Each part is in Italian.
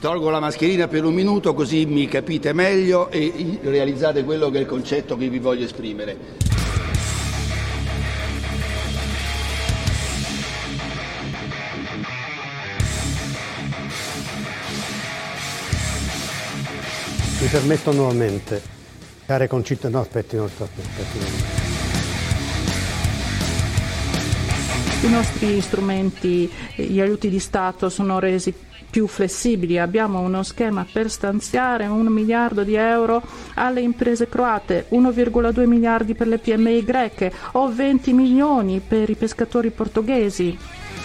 Tolgo la mascherina per un minuto così mi capite meglio e realizzate quello che è il concetto che vi voglio esprimere. Mi permetto nuovamente, care concittadini, no aspetti. I nostri strumenti, gli aiuti di Stato sono resi più flessibili, abbiamo uno schema per stanziare 1 miliardo di euro alle imprese croate, 1,2 miliardi per le PMI greche o 20 milioni per i pescatori portoghesi.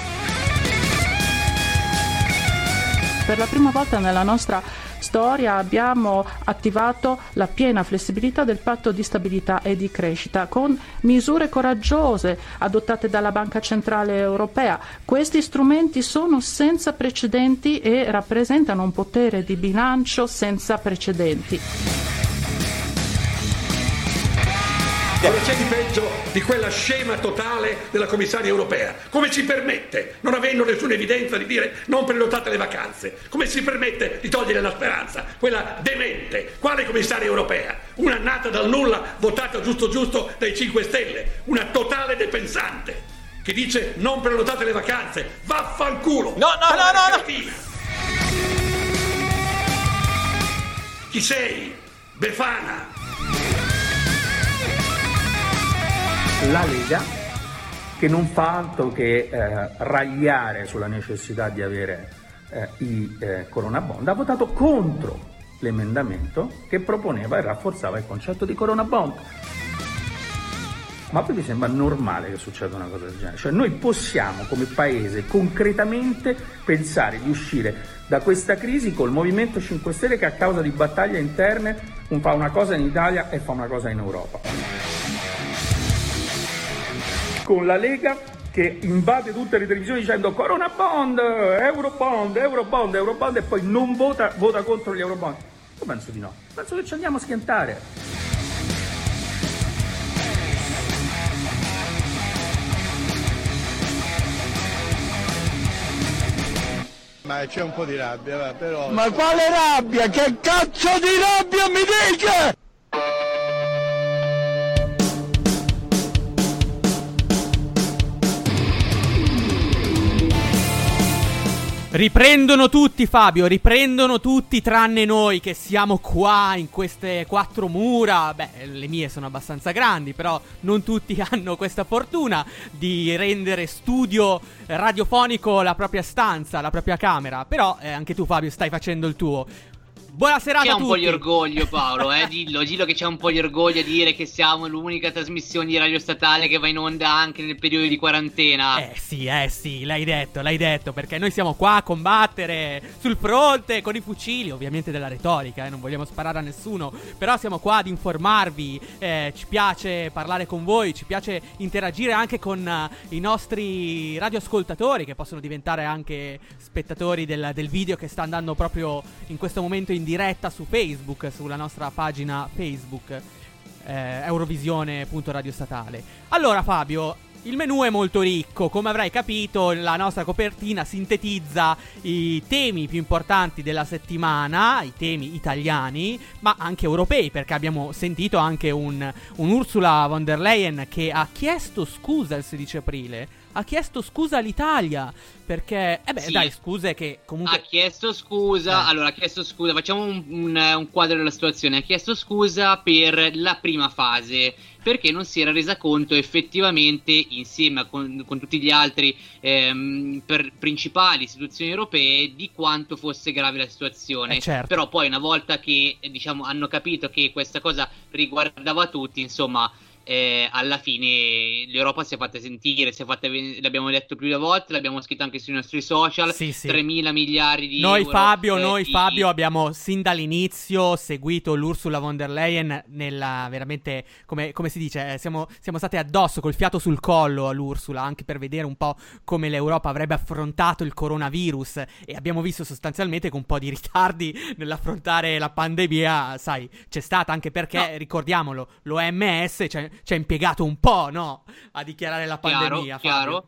Per la prima volta nella nostra storia abbiamo attivato la piena flessibilità del patto di stabilità e di crescita con misure coraggiose adottate dalla Banca Centrale Europea. Questi strumenti sono senza precedenti e rappresentano un potere di bilancio senza precedenti. Cosa c'è di peggio di quella scema totale della commissaria europea? Come ci permette, non avendo nessuna evidenza, di dire non prenotate le vacanze? Come si permette di togliere la speranza? Quella demente. Quale commissaria europea? Una nata dal nulla, votata giusto dai 5 Stelle. Una totale depensante che dice non prenotate le vacanze. Vaffanculo! No! Chi sei? Befana! La Lega, che non fa altro che ragliare sulla necessità di avere i Corona Bond, ha votato contro l'emendamento che proponeva e rafforzava il concetto di Corona Bond. Ma poi vi sembra normale che succeda una cosa del genere? Cioè noi possiamo come paese concretamente pensare di uscire da questa crisi col Movimento 5 Stelle che a causa di battaglie interne fa una cosa in Italia e fa una cosa in Europa, con la Lega che invade tutte le televisioni dicendo Corona Bond, Eurobond e poi non vota contro gli Eurobond. Io penso di no, penso che ci andiamo a schiantare. Ma c'è un po' di rabbia, però... Ma quale rabbia? Che cazzo di rabbia mi dice? Riprendono tutti, Fabio, riprendono tutti tranne noi che siamo qua in queste 4 mura. Beh, le mie sono abbastanza grandi, però non tutti hanno questa fortuna di rendere studio radiofonico la propria stanza, la propria camera. Però anche tu, Fabio, stai facendo il tuo. Buona serata a tutti. C'è un po' di orgoglio, Paolo, dillo che c'è un po' di orgoglio a dire che siamo l'unica trasmissione di radio statale che va in onda anche nel periodo di quarantena. Sì, l'hai detto, perché noi siamo qua a combattere sul fronte con i fucili, ovviamente della retorica, non vogliamo sparare a nessuno, però siamo qua ad informarvi, ci piace parlare con voi, ci piace interagire anche con i nostri radioascoltatori che possono diventare anche spettatori del video che sta andando proprio in questo momento in diretta su Facebook, sulla nostra pagina Facebook Eurovisione.radiostatale. Allora Fabio, il menù è molto ricco, come avrai capito la nostra copertina sintetizza i temi più importanti della settimana, i temi italiani ma anche europei, perché abbiamo sentito anche un Ursula von der Leyen che ha chiesto scusa il 16 aprile, ha chiesto scusa all'Italia perché, sì, dai, scuse che comunque... Ha chiesto scusa, allora ha chiesto scusa, facciamo un quadro della situazione. Ha chiesto scusa per la prima fase, perché non si era resa conto effettivamente, insieme con tutti gli altri principali istituzioni europee, di quanto fosse grave la situazione. Certo. Però poi una volta che hanno capito che questa cosa riguardava tutti, insomma... alla fine l'Europa si è fatta sentire, l'abbiamo detto più di volte, l'abbiamo scritto anche sui nostri social, sì. 3.000 miliardi di euro. Noi Fabio abbiamo sin dall'inizio seguito l'Ursula von der Leyen nella veramente, come si dice, siamo stati addosso col fiato sul collo all'Ursula, anche per vedere un po' come l'Europa avrebbe affrontato il coronavirus, e abbiamo visto sostanzialmente che un po' di ritardi nell'affrontare la pandemia, sai, c'è stata, anche perché, ricordiamolo, l'OMS ci ha impiegato un po', no? A dichiarare la pandemia. Chiaro.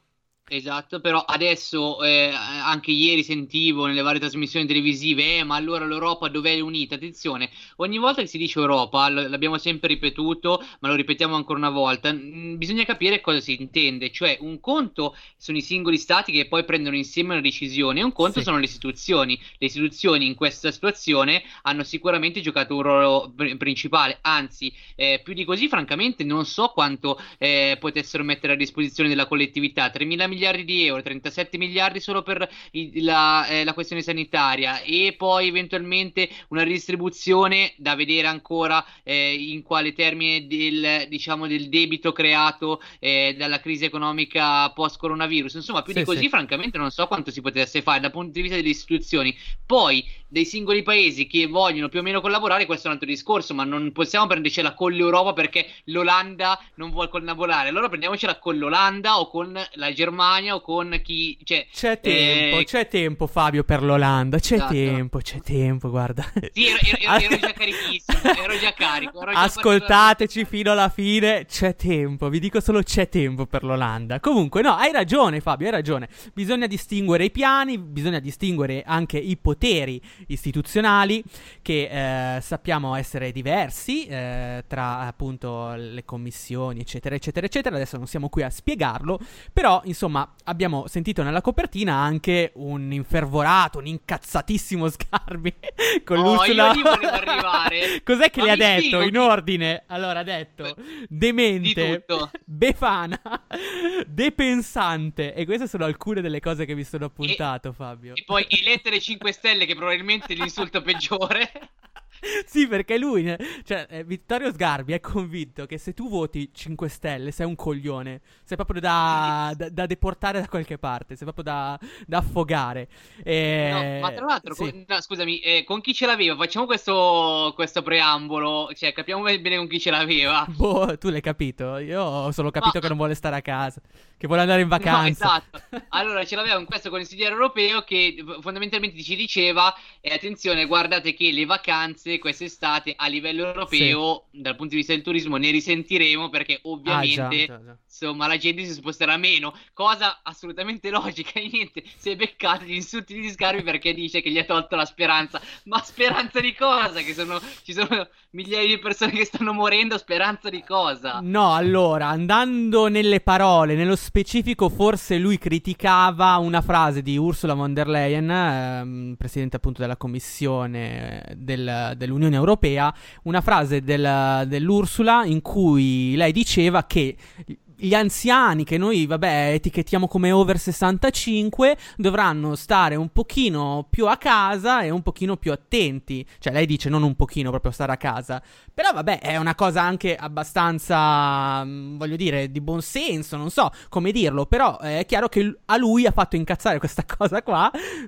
Esatto, però adesso anche ieri sentivo nelle varie trasmissioni televisive, ma allora l'Europa dov'è unita? Attenzione, ogni volta che si dice Europa, l'abbiamo sempre ripetuto, ma lo ripetiamo ancora una volta, bisogna capire cosa si intende, cioè un conto sono i singoli stati che poi prendono insieme una decisione, un conto sono le istituzioni in questa situazione hanno sicuramente giocato un ruolo principale, anzi più di così francamente non so quanto potessero mettere a disposizione della collettività, 3.000 miliardi di euro, 37 miliardi solo per la questione sanitaria e poi eventualmente una redistribuzione da vedere ancora in quale termine del debito creato dalla crisi economica post-coronavirus. Insomma, più di così francamente non so quanto si potesse fare dal punto di vista delle istituzioni. Poi dei singoli paesi che vogliono più o meno collaborare, questo è un altro discorso, ma non possiamo prendercela con l'Europa perché l'Olanda non vuole collaborare. Allora prendiamocela con l'Olanda o con la Germania o con chi c'è tempo Fabio per l'Olanda, c'è tempo, guarda. Sì, ero già carichissimo, ero già carico. Ascoltateci fino alla fine, c'è tempo, vi dico solo c'è tempo per l'Olanda. Comunque no, hai ragione Fabio, hai ragione. Bisogna distinguere i piani, bisogna distinguere anche i poteri istituzionali che sappiamo essere diversi tra appunto le commissioni eccetera eccetera eccetera. Adesso non siamo qui a spiegarlo, però insomma abbiamo sentito nella copertina anche un infervorato, un incazzatissimo Sgarbi con l'Ursula. Io lì volevo arrivare. Cos'è che gli ha detto in ordine? Allora ha detto demente, befana, depensante, e queste sono alcune delle cose che mi sono appuntato, Fabio. E poi i lettere 5 stelle, che probabilmente è l'insulto peggiore. Sì, perché lui, cioè Vittorio Sgarbi è convinto che se tu voti 5 Stelle sei un coglione, sei proprio da deportare da qualche parte, sei proprio da affogare. No, ma tra l'altro, scusami, con chi ce l'aveva? Facciamo questo preambolo, cioè capiamo bene con chi ce l'aveva. Boh, tu l'hai capito, io ho solo capito che non vuole stare a casa, che vuole andare in vacanza. No, esatto. Allora ce l'aveva con questo consigliere europeo che fondamentalmente ci diceva, attenzione, guardate che le vacanze quest'estate a livello europeo dal punto di vista del turismo ne risentiremo perché ovviamente già. Insomma la gente si sposterà meno, cosa assolutamente logica, e niente, si è beccato gli insulti di Sgarbi perché dice che gli ha tolto la speranza. Ma speranza di cosa? Ci sono migliaia di persone che stanno morendo, speranza di cosa? No, allora, andando nelle parole, nello specifico forse lui criticava una frase di Ursula von der Leyen, presidente appunto della Commissione dell'Unione Europea, una frase dell'Ursula in cui lei diceva che gli anziani, che noi etichettiamo come over 65, dovranno stare un pochino più a casa e un pochino più attenti. Cioè lei dice non un pochino, proprio stare a casa. Però è una cosa anche abbastanza, voglio dire, di buon senso, non so come dirlo. Però è chiaro che a lui ha fatto incazzare questa cosa qua.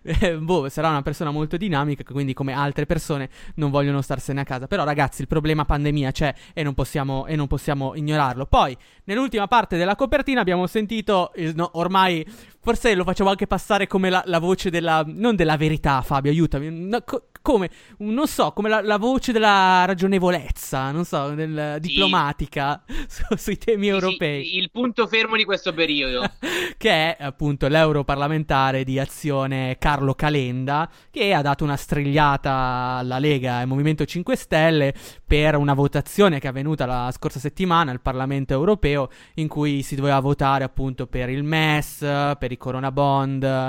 Sarà una persona molto dinamica, quindi come altre persone non vogliono starsene a casa. Però ragazzi, il problema pandemia c'è e non possiamo ignorarlo. Poi nell'ultima parte della copertina abbiamo sentito ormai forse lo facciamo anche passare come la voce non della verità, Fabio, aiutami, come non so, come la voce della ragionevolezza, non so, diplomatica sui temi europei. Sì, il punto fermo di questo periodo che è appunto l'europarlamentare di Azione Carlo Calenda, che ha dato una strigliata alla Lega e al Movimento 5 Stelle per una votazione che è avvenuta la scorsa settimana al Parlamento europeo, in cui si doveva votare appunto per il MES, per i Corona Bond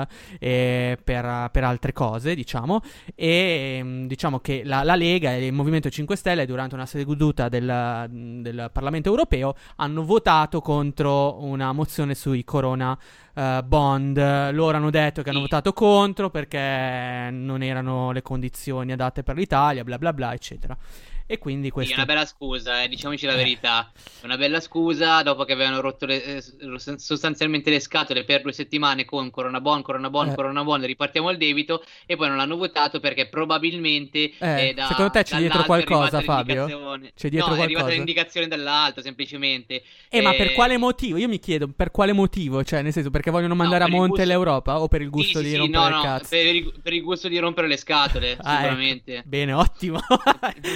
e per altre cose, diciamo. E diciamo che la Lega e il Movimento 5 Stelle durante una seduta del Parlamento europeo hanno votato contro una mozione sui Corona Bond. Loro hanno detto che hanno votato contro perché non erano le condizioni adatte per l'Italia, bla bla bla eccetera. E quindi questo è una bella scusa, diciamoci la verità. È una bella scusa dopo che avevano rotto sostanzialmente le scatole per 2 settimane con Corona Bond, ripartiamo il debito, e poi non l'hanno votato perché probabilmente secondo te c'è dietro qualcosa, Fabio? C'è dietro qualcosa? È arrivata l'indicazione dall'alto, semplicemente. Ma per quale motivo? Io mi chiedo per quale motivo, cioè nel senso perché vogliono mandare a monte l'Europa o per il gusto di rompere il cazzo? Per il gusto di rompere le scatole, sicuramente. Bene, ottimo.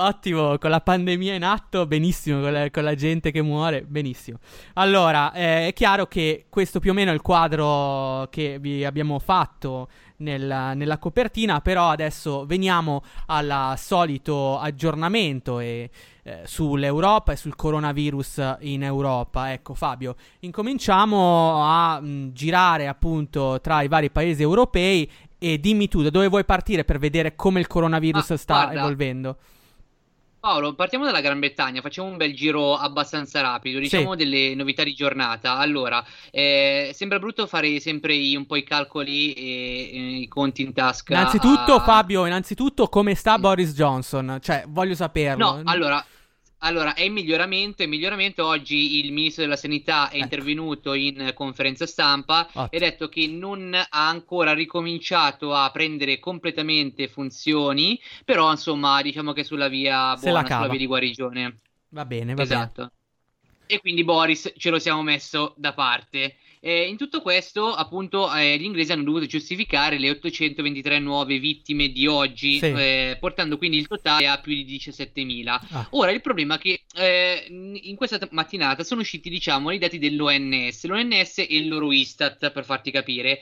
Ottimo, con la pandemia in atto, benissimo, con la gente che muore, benissimo. Allora, è chiaro che questo più o meno è il quadro che vi abbiamo fatto nella copertina, però adesso veniamo al solito aggiornamento sull'Europa e sul coronavirus in Europa. Ecco Fabio, incominciamo a girare appunto tra i vari paesi europei e dimmi tu da dove vuoi partire per vedere come il coronavirus sta evolvendo. Paolo, partiamo dalla Gran Bretagna, facciamo un bel giro abbastanza rapido, diciamo delle novità di giornata. Allora, sembra brutto fare sempre un po' i calcoli e i conti in tasca. Innanzitutto, Fabio, come sta Boris Johnson? Cioè, voglio saperlo. No, allora, è in miglioramento. Oggi il ministro della Sanità è intervenuto in conferenza stampa e ha detto che non ha ancora ricominciato a prendere completamente funzioni, però insomma diciamo che è sulla via buona, sulla via di guarigione. Va bene, esatto. E quindi Boris ce lo siamo messo da parte. In tutto questo, appunto, gli inglesi hanno dovuto giustificare le 823 nuove vittime di oggi, portando quindi il totale a più di 17.000. Ora, il problema è che in questa mattinata sono usciti, diciamo, i dati dell'ONS, l'ONS e il loro Istat, per farti capire,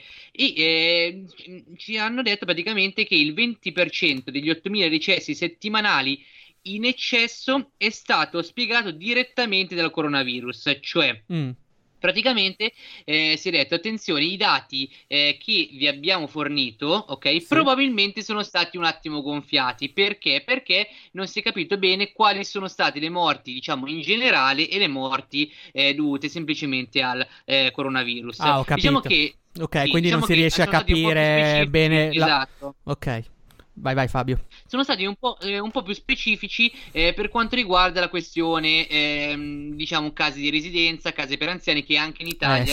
e ci hanno detto praticamente che il 20% degli 8.000 decessi settimanali in eccesso è stato spiegato direttamente dal coronavirus, cioè... Praticamente si è detto, attenzione, i dati che vi abbiamo fornito, ok, probabilmente sono stati un attimo gonfiati. Perché? Perché non si è capito bene quali sono state le morti, diciamo, in generale e le morti dovute semplicemente al coronavirus. Ho capito. Diciamo che... Ok, quindi non si riesce a capire bene... Esatto. Ok. Vai Fabio. Sono stati un po' più specifici per quanto riguarda la questione, diciamo, casi di residenza, case per anziani, che anche in Italia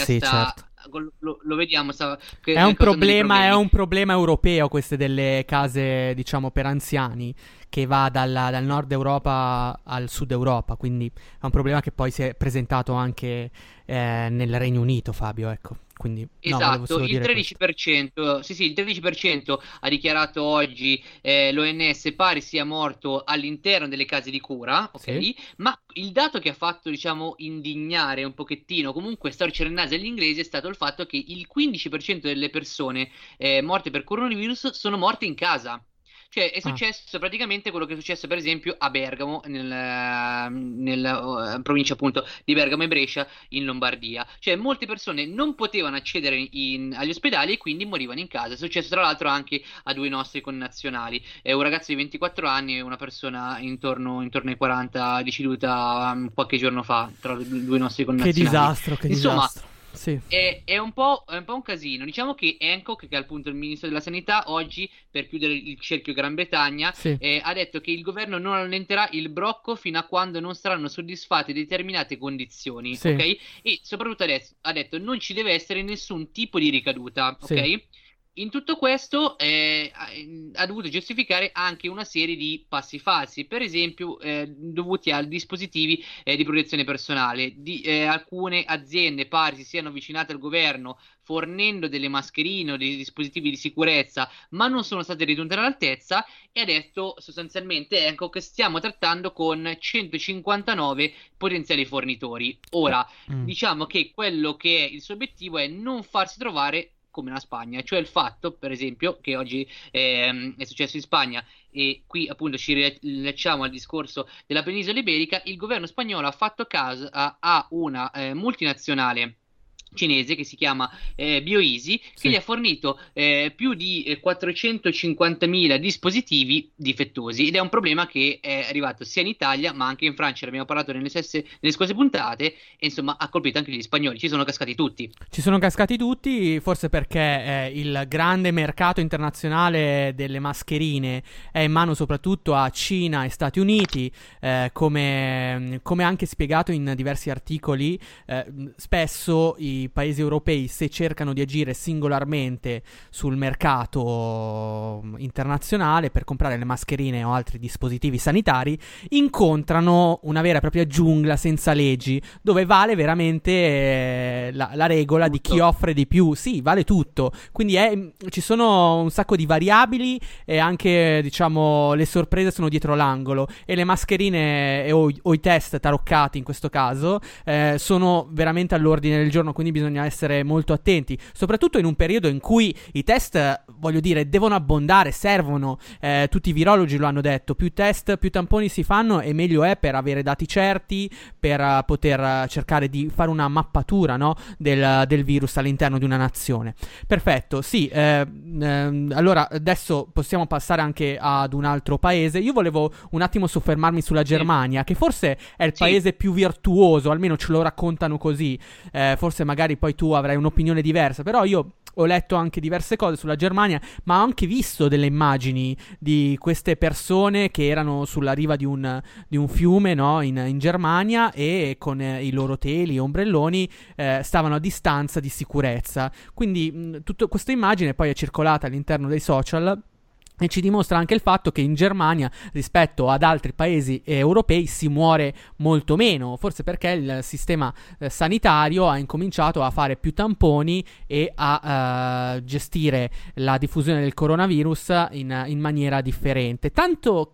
lo vediamo. È un problema europeo, queste delle case, diciamo, per anziani, che va dal nord Europa al sud Europa, quindi è un problema che poi si è presentato anche nel Regno Unito, Fabio, ecco. Quindi, esatto, il 13%, il 13% ha dichiarato oggi l'ONS pare sia morto all'interno delle case di cura, ok? Ma il dato che ha fatto, diciamo, indignare un pochettino, comunque storcere il naso agli inglesi, è stato il fatto che il 15% delle persone morte per coronavirus sono morte in casa. Cioè è successo praticamente quello che è successo per esempio a Bergamo, nella provincia appunto di Bergamo e Brescia in Lombardia. Cioè molte persone non potevano accedere agli ospedali e quindi morivano in casa. È successo tra l'altro anche a due nostri connazionali, un ragazzo di 24 anni e una persona intorno ai 40 deceduta qualche giorno fa, tra due nostri connazionali. Che disastro. Sì. È un po' un casino. Diciamo che Hancock, che è appunto il ministro della sanità, oggi, per chiudere il cerchio Gran Bretagna, ha detto che il governo non allenterà il brocco fino a quando non saranno soddisfatte determinate condizioni, ok? E soprattutto ha detto non ci deve essere nessun tipo di ricaduta, ok? In tutto questo ha dovuto giustificare anche una serie di passi falsi, per esempio dovuti a dispositivi di protezione personale. Alcune aziende pare si siano avvicinate al governo fornendo delle mascherine o dei dispositivi di sicurezza, ma non sono state ritenute all'altezza, e ha detto sostanzialmente che stiamo trattando con 159 potenziali fornitori. Ora, diciamo che quello che è il suo obiettivo è non farsi trovare come la Spagna, cioè il fatto, per esempio, che oggi è successo in Spagna, e qui appunto ci rilacciamo al discorso della penisola iberica. Il governo spagnolo ha fatto caso a una multinazionale cinese che si chiama BioEasy, che gli ha fornito più di 450.000 dispositivi difettosi, ed è un problema che è arrivato sia in Italia ma anche in Francia. Ne abbiamo parlato nelle scorse puntate, e insomma ha colpito anche gli spagnoli. Ci sono cascati tutti, forse perché il grande mercato internazionale delle mascherine è in mano soprattutto a Cina e Stati Uniti, come anche spiegato in diversi articoli. Spesso i paesi europei, se cercano di agire singolarmente sul mercato internazionale per comprare le mascherine o altri dispositivi sanitari, incontrano una vera e propria giungla senza leggi, dove vale veramente la regola di chi offre di più. Sì, vale tutto. Quindi ci sono un sacco di variabili e anche, diciamo, le sorprese sono dietro l'angolo, e le mascherine o i test taroccati in questo caso sono veramente all'ordine del giorno, quindi bisogna essere molto attenti, soprattutto in un periodo in cui i test, voglio dire, devono abbondare, servono, tutti i virologi lo hanno detto, più test, più tamponi si fanno e meglio è per avere dati certi, per poter cercare di fare una mappatura, no, del virus all'interno di una nazione. Perfetto, sì, allora adesso possiamo passare anche ad un altro paese. Io volevo un attimo soffermarmi sulla Germania, che forse è il paese più virtuoso, almeno ce lo raccontano così, forse magari poi tu avrai un'opinione diversa, però io ho letto anche diverse cose sulla Germania, ma ho anche visto delle immagini di queste persone che erano sulla riva di un fiume, no, in Germania, e con i loro teli e ombrelloni stavano a distanza di sicurezza. Quindi tutta questa immagine poi è circolata all'interno dei social e ci dimostra anche il fatto che in Germania, rispetto ad altri paesi europei, si muore molto meno, forse perché il sistema sanitario ha incominciato a fare più tamponi e a gestire la diffusione del coronavirus in maniera differente. Tanto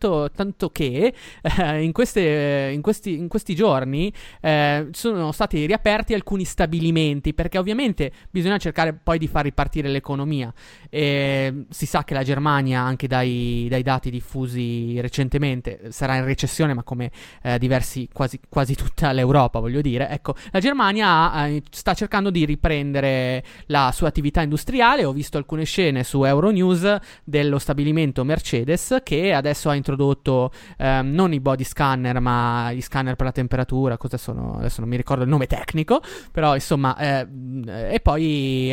che in questi giorni sono stati riaperti alcuni stabilimenti, perché ovviamente bisogna cercare poi di far ripartire l'economia. Si sa che la Germania, anche dai dati diffusi recentemente, sarà in recessione, ma come quasi tutta l'Europa, voglio dire. Ecco, la Germania sta cercando di riprendere la sua attività industriale. Ho visto alcune scene su Euronews dello stabilimento Mercedes, che adesso ha introdotto non i body scanner, ma gli scanner per la temperatura. Cosa sono? Adesso non mi ricordo il nome tecnico, però insomma, e poi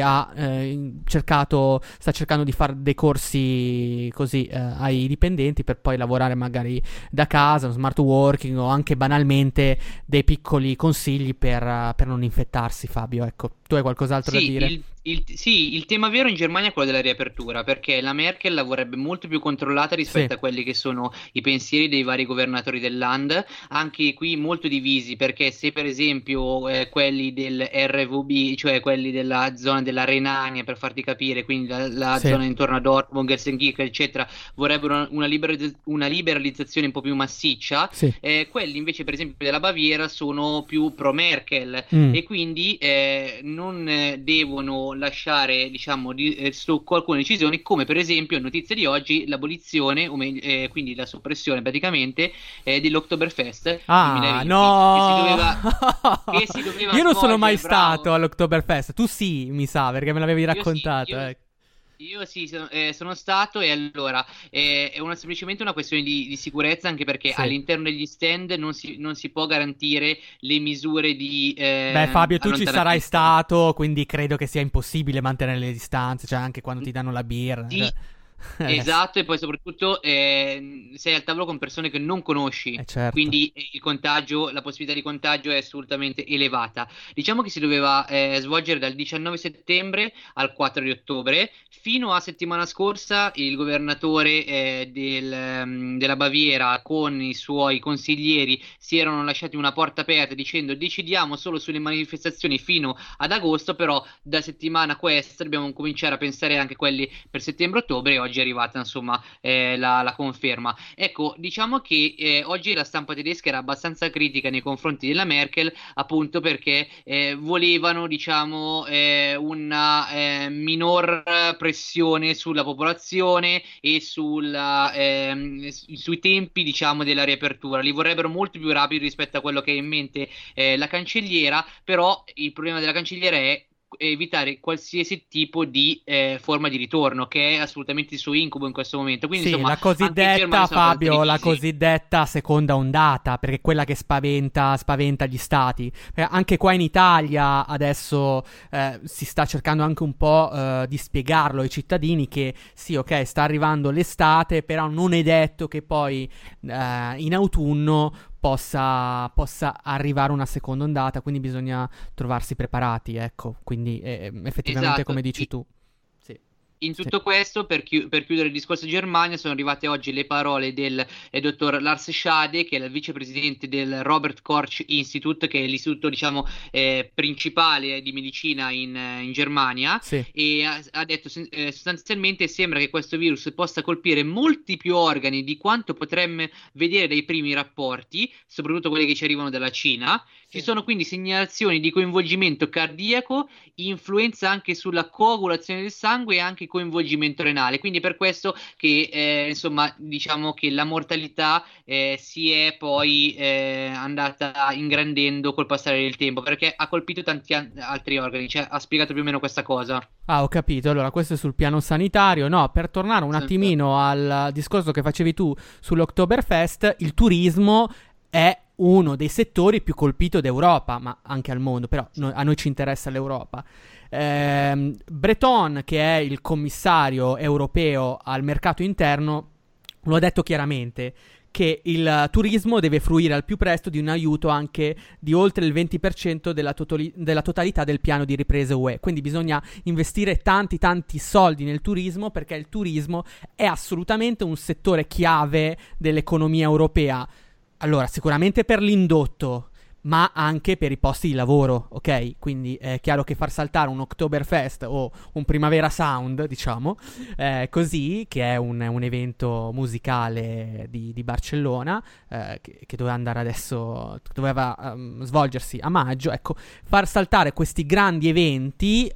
sta cercando di fare dei corsi così ai dipendenti per poi lavorare magari da casa, smart working, o anche banalmente dei piccoli consigli per non infettarsi. Fabio, ecco, tu hai qualcos'altro da dire? Il tema vero in Germania è quello della riapertura, perché la Merkel la vorrebbe molto più controllata rispetto a quelli che sono i pensieri dei vari governatori del Land, anche qui molto divisi, perché se per esempio quelli del RVB, cioè quelli della zona della Renania, per farti capire, quindi la zona intorno a Dortmund, Gelsenkirchen eccetera, vorrebbero una liberalizzazione un po' più massiccia, quelli invece per esempio della Baviera sono più pro Merkel e quindi non devono lasciare, diciamo, su alcune decisioni, come per esempio, notizia di oggi, l'abolizione, quindi la soppressione praticamente dell'Oktoberfest 2020, che si doveva io non sono mai bravo. stato all'Oktoberfest, tu sì, mi sa, perché me l'avevi raccontato. Io sì, sono stato, e allora è semplicemente una questione di sicurezza, anche perché all'interno degli stand non si può garantire le misure di Beh, Fabio, tu ci sarai stato, quindi credo che sia impossibile mantenere le distanze, cioè anche quando ti danno la birra. Sì. Esatto, e poi soprattutto sei al tavolo con persone che non conosci, certo. Quindi la possibilità di contagio è assolutamente elevata. Diciamo che si doveva svolgere dal 19 settembre al 4 di ottobre. Fino a settimana scorsa il governatore della Baviera con i suoi consiglieri si erano lasciati una porta aperta dicendo: decidiamo solo sulle manifestazioni fino ad agosto, però da settimana questa dobbiamo cominciare a pensare anche quelli per settembre-ottobre, e oggi è arrivata insomma la conferma. Ecco, diciamo che oggi la stampa tedesca era abbastanza critica nei confronti della Merkel, appunto perché volevano, diciamo, una minor pressione sulla popolazione e sui tempi, diciamo, della riapertura. Li vorrebbero molto più rapidi rispetto a quello che ha in mente la cancelliera, però il problema della cancelliera è evitare qualsiasi tipo di forma di ritorno, che è assolutamente il suo incubo in questo momento. Quindi, insomma, la cosiddetta, Fabio, la cosiddetta seconda ondata, perché è quella che spaventa gli stati. Anche qua in Italia adesso si sta cercando anche un po' di spiegarlo ai cittadini che sì, ok, sta arrivando l'estate, però non è detto che poi in autunno possa arrivare una seconda ondata, quindi bisogna trovarsi preparati, ecco, quindi effettivamente Esatto. come dici tu. In tutto questo, per chiudere il discorso Germania, sono arrivate oggi le parole del dottor Lars Schade, che è il vicepresidente del Robert Koch Institute, che è l'istituto, diciamo, principale di medicina in Germania, e ha detto sostanzialmente sembra che questo virus possa colpire molti più organi di quanto potremmo vedere dai primi rapporti, soprattutto quelli che ci arrivano dalla Cina. Ci sono quindi segnalazioni di coinvolgimento cardiaco, influenza anche sulla coagulazione del sangue e anche coinvolgimento renale. Quindi è per questo che insomma, diciamo che la mortalità si è poi andata ingrandendo col passare del tempo, perché ha colpito tanti altri organi. Cioè, ha spiegato più o meno questa cosa. Ah, ho capito. Allora, questo è sul piano sanitario. No, per tornare un attimino al discorso che facevi tu sull'Oktoberfest, il turismo è uno dei settori più colpito d'Europa, ma anche al mondo, però a noi ci interessa l'Europa. Breton, che è il commissario europeo al mercato interno, lo ha detto chiaramente, che il turismo deve fruire al più presto di un aiuto anche di oltre il 20% della totalità del piano di ripresa UE. Quindi bisogna investire tanti soldi nel turismo, perché il turismo è assolutamente un settore chiave dell'economia europea. Allora, sicuramente per l'indotto, ma anche per i posti di lavoro, ok? Quindi è chiaro che far saltare un Oktoberfest o un Primavera Sound, diciamo, così, che è un evento musicale di Barcellona, che doveva andare adesso, doveva svolgersi a maggio, ecco, far saltare questi grandi eventi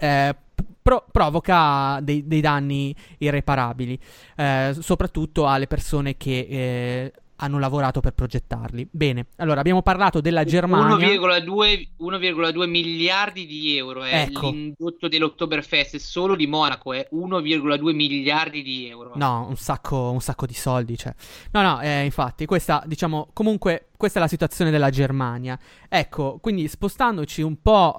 provoca dei danni irreparabili, soprattutto alle persone che hanno lavorato per progettarli. Bene, allora abbiamo parlato della Germania. 1,2 miliardi di euro è l'indotto dell'Oktoberfest, solo di Monaco è 1,2 miliardi di euro. No, un sacco di soldi, cioè. No, infatti, questa, diciamo, comunque questa è la situazione della Germania. Ecco, quindi spostandoci un po'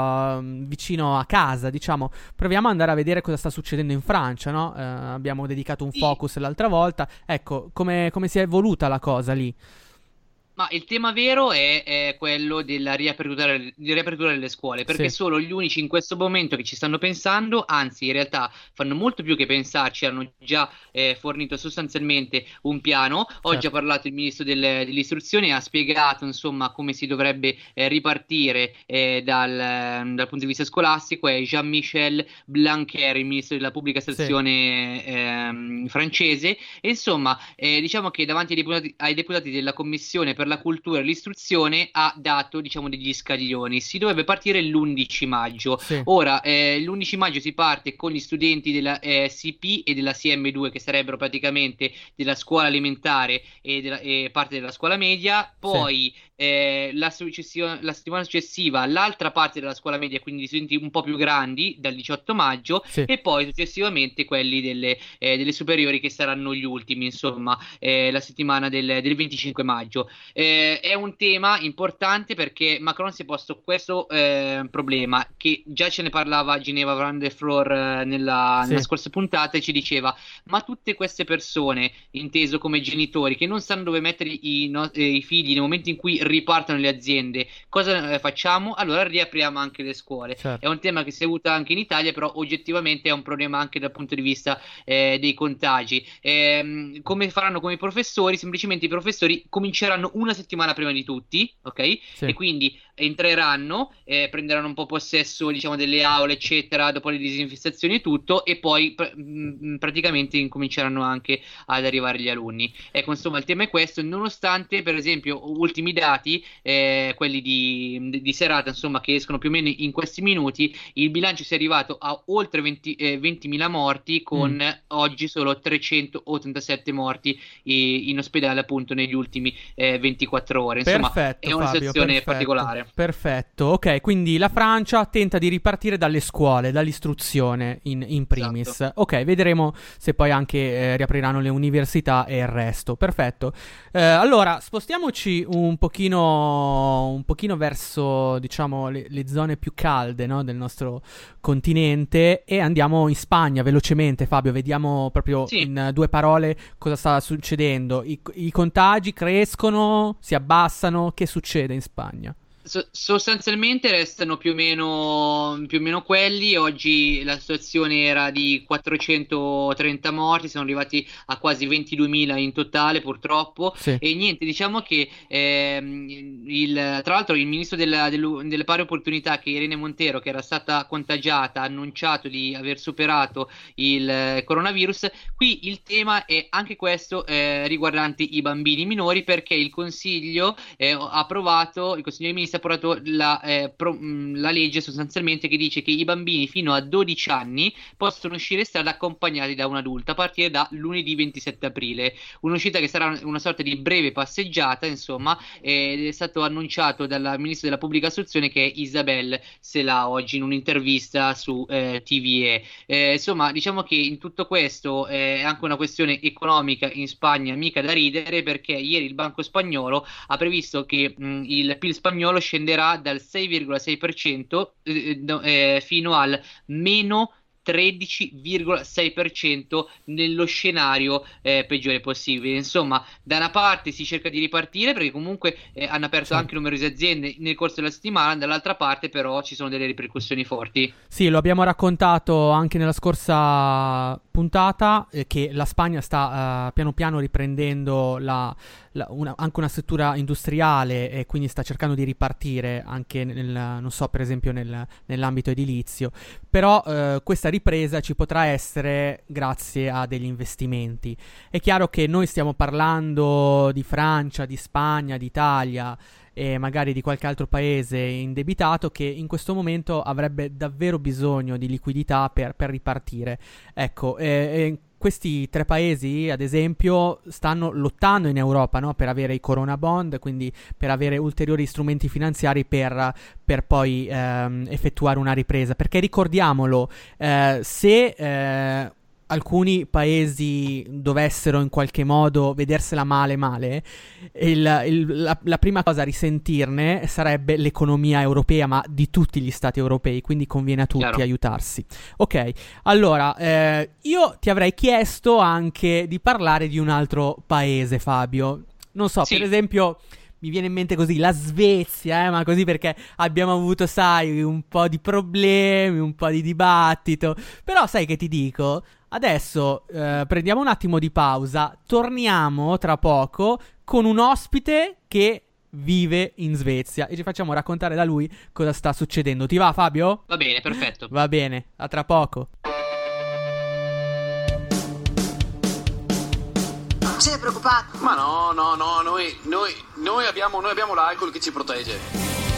vicino a casa, diciamo, proviamo ad andare a vedere cosa sta succedendo in Francia, no? Abbiamo dedicato un focus l'altra volta. Ecco, come si è evoluta la cosa lì? Ma il tema vero è quello della riapertura delle scuole, perché solo gli unici in questo momento che ci stanno pensando, anzi in realtà fanno molto più che pensarci, hanno già fornito sostanzialmente un piano. Oggi ha parlato il ministro dell'istruzione e ha spiegato insomma come si dovrebbe ripartire dal punto di vista scolastico. È Jean-Michel Blanquer, il ministro della pubblica istruzione francese, e insomma diciamo che davanti ai deputati della commissione per la cultura e l'istruzione ha dato, diciamo, degli scaglioni. Si dovrebbe partire l'11 maggio. Ora, l'11 maggio si parte con gli studenti della CP e della CM2, che sarebbero praticamente della scuola elementare e parte della scuola media. Poi la settimana successiva l'altra parte della scuola media, quindi gli studenti un po' più grandi, dal 18 maggio, e poi successivamente quelli delle superiori, che saranno gli ultimi, insomma, la settimana del 25 maggio. È un tema importante perché Macron si è posto questo problema, che già ce ne parlava Ginevra Van der Floor nella scorsa puntata, e ci diceva: ma tutte queste persone, inteso come genitori, che non sanno dove mettere i figli nel momento in cui ripartono le aziende, cosa facciamo? Allora riapriamo anche le scuole. È un tema che si è avuto anche in Italia, però oggettivamente è un problema anche dal punto di vista dei contagi. Come faranno con i professori? Semplicemente i professori cominceranno una settimana prima di tutti, ok? E quindi entreranno, prenderanno un po' possesso, diciamo, delle aule, eccetera, dopo le disinfestazioni e tutto, e poi praticamente incominceranno anche ad arrivare gli alunni. Ecco, insomma, il tema è questo, nonostante, per esempio, ultimi dati, quelli di serata, insomma, che escono più o meno in questi minuti, il bilancio si è arrivato a oltre 20.000 morti, con oggi solo 387 morti in ospedale, appunto, negli ultimi 24 ore. Insomma, è una situazione particolare. Perfetto, ok, quindi la Francia tenta di ripartire dalle scuole, dall'istruzione in primis. Esatto. Ok, vedremo se poi anche riapriranno le università e il resto. Perfetto. Allora, spostiamoci un pochino verso, diciamo, le zone più calde, no, del nostro continente, e andiamo in Spagna velocemente. Fabio, vediamo proprio in due parole cosa sta succedendo. I contagi crescono, salgono, si abbassano? Che succede in Spagna? Sostanzialmente restano più o meno quelli. Oggi la situazione era di 430 morti, siamo arrivati a quasi 22.000 in totale purtroppo. Sì. E niente, diciamo che tra l'altro il ministro delle pari opportunità, che è Irene Montero, che era stata contagiata, ha annunciato di aver superato il coronavirus. Qui il tema è anche questo, riguardante i bambini minori, perché il Consiglio dei Ministri ha approvato la legge sostanzialmente, che dice che i bambini fino a 12 anni possono uscire in strada accompagnati da un adulto a partire da lunedì 27 aprile, un'uscita che sarà una sorta di breve passeggiata, insomma, ed è stato annunciato dal ministro della pubblica istruzione, che è Isabel Celà, oggi in un'intervista su TVE. Insomma, diciamo che in tutto questo è anche una questione economica in Spagna mica da ridere, perché ieri il Banco Spagnolo ha previsto che il PIL spagnolo scenderà dal 6,6% fino al meno 13,6% nello scenario peggiore possibile. Insomma, da una parte si cerca di ripartire, perché comunque hanno aperto anche numerose aziende nel corso della settimana, dall'altra parte però ci sono delle ripercussioni forti. Sì, lo abbiamo raccontato anche nella scorsa puntata, che la Spagna sta piano piano riprendendo anche una struttura industriale, e quindi sta cercando di ripartire anche non so, per esempio nell'ambito edilizio. Però questa ripresa ci potrà essere grazie a degli investimenti. È chiaro che noi stiamo parlando di Francia, di Spagna, di Italia e magari di qualche altro paese indebitato, che in questo momento avrebbe davvero bisogno di liquidità per ripartire. Ecco, questi tre paesi, ad esempio, stanno lottando in Europa, no? Per avere i Corona Bond, quindi per avere ulteriori strumenti finanziari per poi effettuare una ripresa. Perché ricordiamolo, se alcuni paesi dovessero in qualche modo vedersela male, la prima cosa a risentirne sarebbe l'economia europea, ma di tutti gli stati europei, quindi conviene a tutti aiutarsi. Ok, allora io ti avrei chiesto anche di parlare di un altro paese, Fabio. Non so, per esempio mi viene in mente così la Svezia, ma così perché abbiamo avuto, sai, un po' di problemi, un po' di dibattito. Però sai che ti dico? Adesso prendiamo un attimo di pausa, torniamo tra poco con un ospite che vive in Svezia e ci facciamo raccontare da lui cosa sta succedendo. Ti va, Fabio? Va bene, perfetto. Va bene, a tra poco. Sei preoccupato? Ma no, noi abbiamo l'alcol che ci protegge.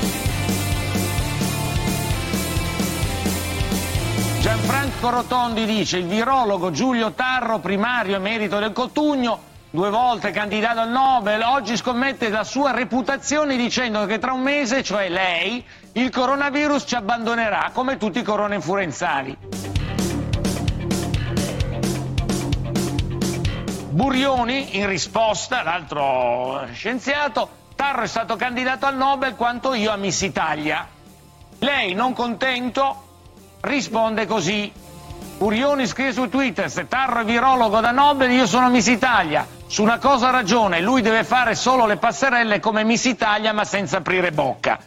Gianfranco Rotondi dice: il virologo Giulio Tarro, primario emerito del Cotugno, 2 volte candidato al Nobel, oggi scommette la sua reputazione dicendo che tra un mese, cioè lei, il coronavirus ci abbandonerà come tutti i coronainfluenzali. Burioni, in risposta, l'altro scienziato: Tarro è stato candidato al Nobel quanto io a Miss Italia. Lei, non contento, risponde così. Burioni scrive su Twitter: se Tarro è virologo da Nobel, io sono Miss Italia. Su una cosa ha ragione, lui deve fare solo le passerelle come Miss Italia, ma senza aprire bocca.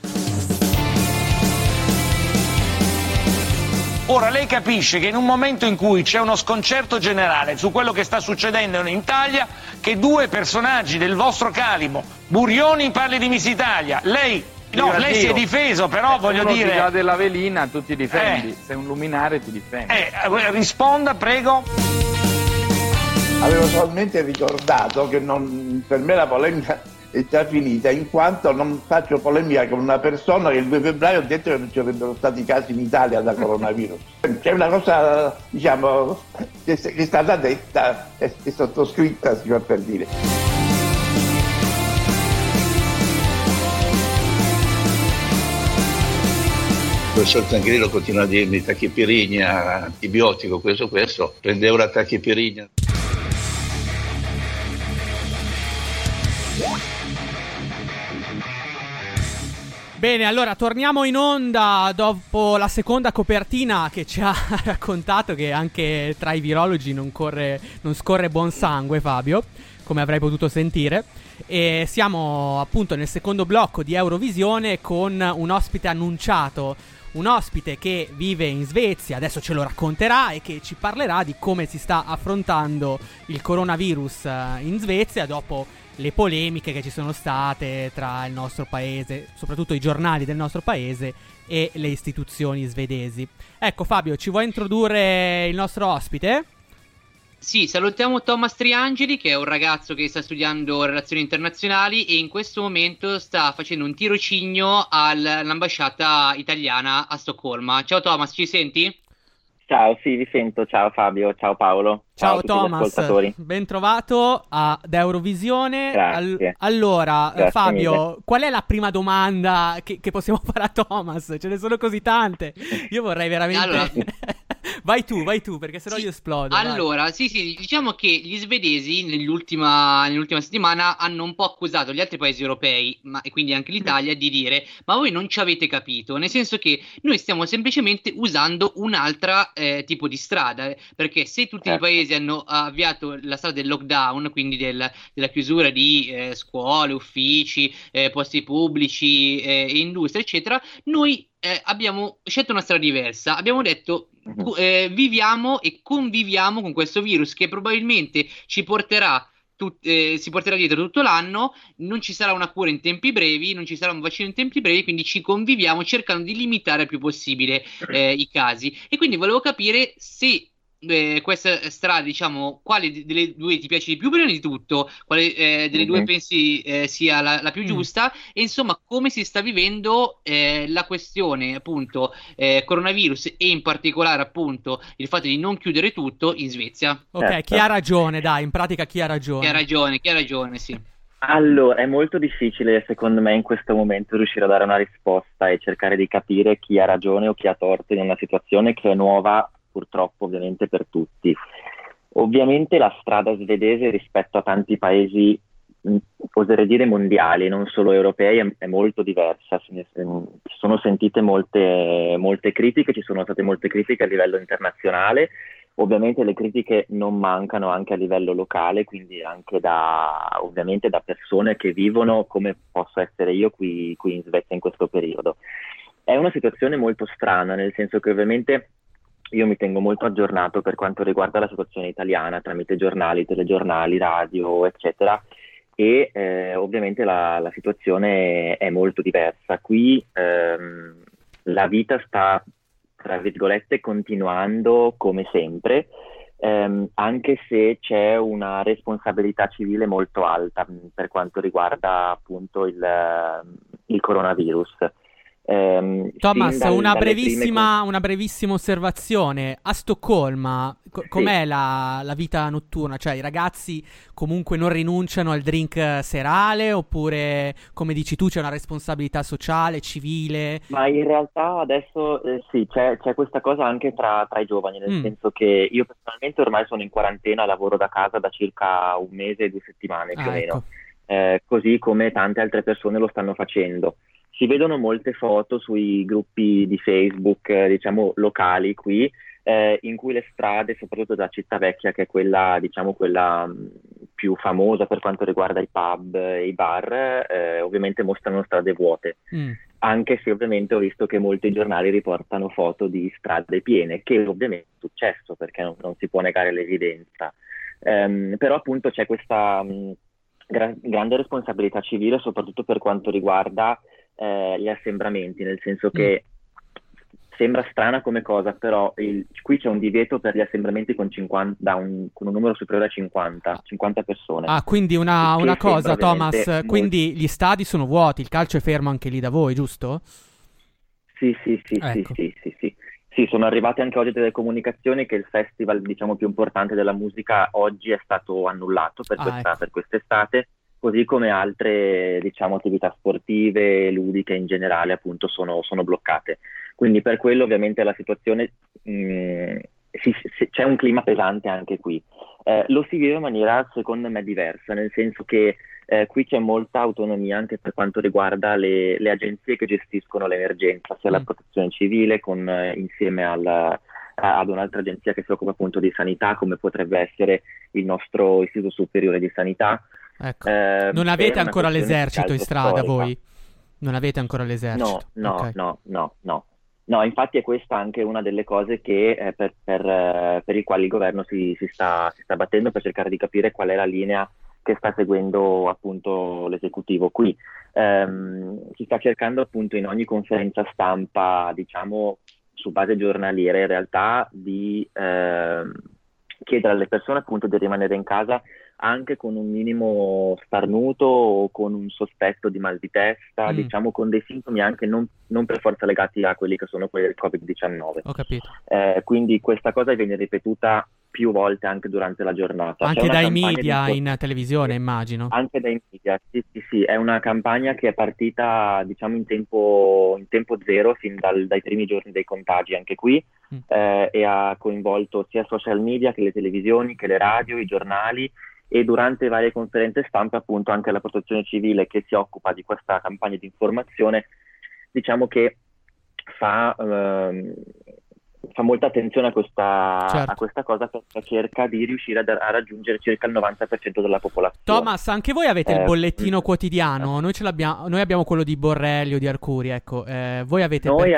Ora lei capisce che in un momento in cui c'è uno sconcerto generale su quello che sta succedendo in Italia, che 2 personaggi del vostro calibro, Burioni parli di Miss Italia, lei si è difeso, però voglio dire... Se uno ti dà della velina tu ti difendi, sei un luminare ti difendi. Risponda, prego. Avevo solamente ricordato che per me la polemica è già finita, in quanto non faccio polemica con una persona che il 2 febbraio ha detto che non ci sarebbero stati casi in Italia da coronavirus. C'è una cosa, diciamo, che è stata detta e sottoscritta, si fa per dire. Il professor Zangrillo continua a dirmi tachipirina, antibiotico, questo, prendeva una tachipirina. Bene, allora torniamo in onda dopo la seconda copertina che ci ha raccontato che anche tra i virologi non scorre buon sangue, Fabio. come avrai potuto sentire. E siamo appunto nel secondo blocco di Eurovisione con un ospite annunciato, un ospite che vive in Svezia, adesso ce lo racconterà e che ci parlerà di come si sta affrontando il coronavirus in Svezia dopo le polemiche che ci sono state tra il nostro paese, soprattutto i giornali del nostro paese e le istituzioni svedesi. Ecco Fabio, ci vuoi introdurre il nostro ospite? Sì, salutiamo Thomas Triangeli, che è un ragazzo che sta studiando relazioni internazionali e in questo momento sta facendo un tirocinio all'ambasciata italiana a Stoccolma. Ciao Thomas, ci senti? Ciao, sì, vi sento. Ciao Fabio, ciao Paolo. Ciao a tutti gli ascoltatori. Ben trovato ad Eurovisione. Grazie. Allora, Grazie Fabio, mille. qual è la prima domanda che possiamo fare a Thomas? Ce ne sono così tante. Io vorrei veramente... Allora... vai tu, perché sennò io esplodo. Allora, vai. Sì, diciamo che gli svedesi nell'ultima settimana hanno un po' accusato gli altri paesi europei, e quindi anche l'Italia, di dire: ma voi non ci avete capito, nel senso che noi stiamo semplicemente usando un'altra tipo di strada, perché se tutti i paesi hanno avviato la strada del lockdown, quindi della chiusura di scuole, uffici, posti pubblici, industrie, eccetera, noi abbiamo scelto una strada diversa. Abbiamo detto viviamo e conviviamo con questo virus che probabilmente ci porterà si porterà dietro tutto l'anno, non ci sarà una cura in tempi brevi, non ci sarà un vaccino in tempi brevi, quindi ci conviviamo cercando di limitare il più possibile i casi. E quindi volevo capire se questa strada, diciamo, quale delle due ti piace di più prima di tutto, quale delle due pensi sia la più giusta, e insomma come si sta vivendo la questione appunto coronavirus, e in particolare appunto il fatto di non chiudere tutto in Svezia. Ok, chi ha ragione, dai, in pratica chi ha ragione? Chi ha ragione, sì. Allora, è molto difficile secondo me in questo momento riuscire a dare una risposta e cercare di capire chi ha ragione o chi ha torto in una situazione che è nuova, purtroppo ovviamente per tutti. Ovviamente la strada svedese rispetto a tanti paesi, oserei dire mondiali, non solo europei, è molto diversa. Si sono sentite molte critiche, ci sono state molte critiche a livello internazionale. Ovviamente le critiche non mancano anche a livello locale, quindi anche ovviamente da persone che vivono come posso essere io qui in Svezia in questo periodo. È una situazione molto strana, nel senso che ovviamente io mi tengo molto aggiornato per quanto riguarda la situazione italiana tramite giornali, telegiornali, radio, eccetera, e ovviamente la situazione è molto diversa. Qui la vita sta, tra virgolette, continuando come sempre, anche se c'è una responsabilità civile molto alta per quanto riguarda appunto il coronavirus. Thomas, una brevissima osservazione. A Stoccolma com'è la vita notturna? Cioè i ragazzi comunque non rinunciano al drink serale, oppure come dici tu c'è una responsabilità sociale, civile? Ma in realtà adesso sì, c'è questa cosa anche tra i giovani, nel senso che io personalmente ormai sono in quarantena, lavoro da casa da circa un mese e 2 settimane più o meno, così come tante altre persone lo stanno facendo. Si vedono molte foto sui gruppi di Facebook, diciamo, locali qui, in cui le strade, soprattutto della città vecchia, che è quella, diciamo, quella più famosa per quanto riguarda i pub e i bar, ovviamente mostrano strade vuote. Anche se ovviamente ho visto che molti giornali riportano foto di strade piene, che ovviamente è successo, perché non si può negare l'evidenza. Però appunto c'è questa grande responsabilità civile, soprattutto per quanto riguarda gli assembramenti, nel senso che sembra strana come cosa, però qui c'è un divieto per gli assembramenti con un numero superiore a 50 persone. Ah, quindi una cosa, Thomas, quindi gli stadi sono vuoti, il calcio è fermo anche lì da voi, giusto? Sì, ecco. Sì, sono arrivate anche oggi delle comunicazioni che il festival, diciamo, più importante della musica oggi è stato annullato per quest'estate, così come altre, diciamo, attività sportive, ludiche in generale, appunto, sono bloccate. Quindi per quello ovviamente la situazione, c'è un clima pesante anche qui. Lo si vive in maniera, secondo me, diversa, nel senso che qui c'è molta autonomia anche per quanto riguarda le agenzie che gestiscono l'emergenza, sia la protezione civile insieme ad un'altra agenzia che si occupa appunto di sanità, come potrebbe essere il nostro Istituto Superiore di Sanità. Ecco. Non avete ancora l'esercito in strada voi? Non avete ancora l'esercito? No, okay. No, infatti è questa anche una delle cose che per i quali il governo si sta battendo per cercare di capire qual è la linea che sta seguendo appunto l'esecutivo qui. Si sta cercando appunto in ogni conferenza stampa, diciamo su base giornaliera in realtà, di chiedere alle persone appunto di rimanere in casa anche con un minimo starnuto o con un sospetto di mal di testa, diciamo con dei sintomi anche non per forza legati a quelli che sono quelli del Covid-19. Ho capito. Quindi questa cosa viene ripetuta più volte anche durante la giornata. Anche dai media in televisione, immagino. Anche dai media, sì, è una campagna che è partita diciamo in tempo zero, fin dai primi giorni dei contagi anche qui, e ha coinvolto sia social media che le televisioni, che le radio, i giornali, e durante varie conferenze stampa appunto anche la protezione civile che si occupa di questa campagna di informazione, diciamo che fa molta attenzione a questa cosa, perché cerca di riuscire a raggiungere circa il 90% della popolazione. Thomas, anche voi avete il bollettino quotidiano? Noi abbiamo quello di Borrelli o di Arcuri, ecco. Voi avete... Noi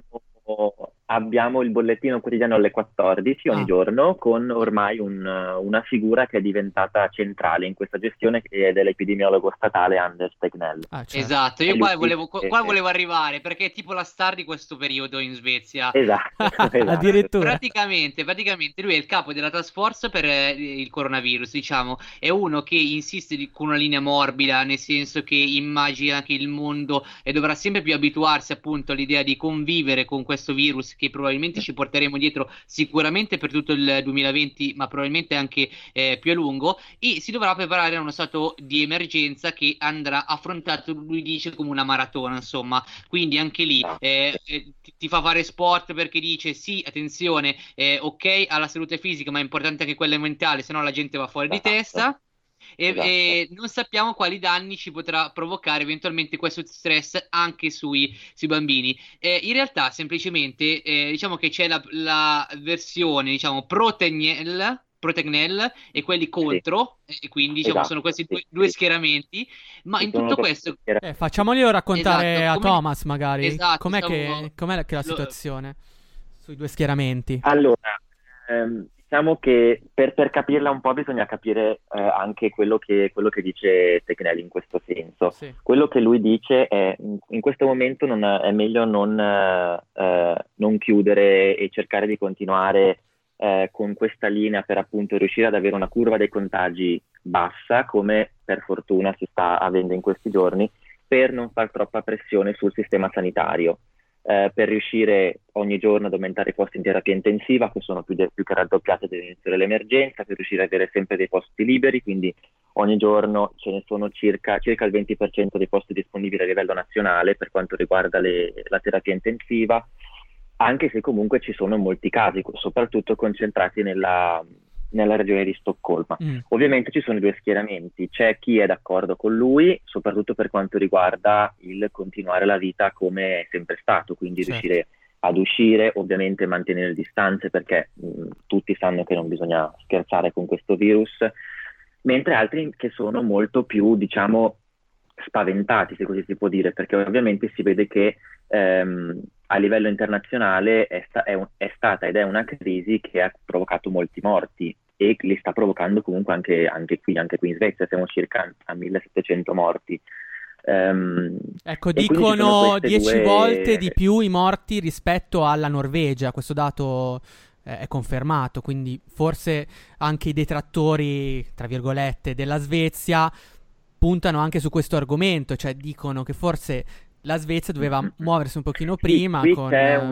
abbiamo il bollettino quotidiano alle 14 ogni giorno, con ormai una figura che è diventata centrale in questa gestione, che è dell'epidemiologo statale Anders Tegnell. Certo. Esatto, io qua volevo arrivare, perché è tipo la star di questo periodo in Svezia. Esatto. Addirittura. Praticamente lui è il capo della task force per il coronavirus, diciamo. È uno che insiste con una linea morbida, nel senso che immagina che il mondo dovrà sempre più abituarsi appunto all'idea di convivere con questo virus, che probabilmente ci porteremo dietro sicuramente per tutto il 2020, ma probabilmente anche più a lungo, e si dovrà preparare a uno stato di emergenza che andrà affrontato, lui dice, come una maratona, insomma. Quindi anche lì ti fa fare sport, perché dice sì, attenzione, ok alla salute fisica, ma è importante anche quella mentale, se no la gente va fuori di testa. E non sappiamo quali danni ci potrà provocare eventualmente questo stress anche sui bambini. In realtà semplicemente diciamo che c'è la versione, diciamo, pro Tegnell e quelli contro, e quindi diciamo sono questi due schieramenti, ma in tutto questo facciamolielo raccontare a Thomas magari. Esatto, com'è che la situazione sui due schieramenti? Allora, diciamo che per capirla un po' bisogna capire anche quello che dice Tegnell in questo senso. Sì. Quello che lui dice è in questo momento è meglio non chiudere e cercare di continuare con questa linea per appunto riuscire ad avere una curva dei contagi bassa, come per fortuna si sta avendo in questi giorni, per non far troppa pressione sul sistema sanitario. Per riuscire ogni giorno ad aumentare i posti in terapia intensiva, che sono più che raddoppiati dall'inizio dell'emergenza, per riuscire ad avere sempre dei posti liberi, quindi ogni giorno ce ne sono circa il 20% dei posti disponibili a livello nazionale per quanto riguarda la terapia intensiva, anche se comunque ci sono molti casi, soprattutto concentrati nella regione di Stoccolma. Ovviamente ci sono due schieramenti, c'è chi è d'accordo con lui, soprattutto per quanto riguarda il continuare la vita come è sempre stato, quindi riuscire ad uscire, ovviamente mantenere le distanze, perché tutti sanno che non bisogna scherzare con questo virus, mentre altri che sono molto più, diciamo, spaventati, se così si può dire, perché ovviamente si vede che a livello internazionale è stata ed è una crisi che ha provocato molti morti, e li sta provocando comunque anche qui in Svezia. Siamo circa a 1700 morti. Ecco, dicono 10 volte di più i morti rispetto alla Norvegia. Questo dato è confermato, quindi forse anche i detrattori, tra virgolette, della Svezia puntano anche su questo argomento, cioè dicono che forse la Svezia doveva muoversi un pochino prima. Qui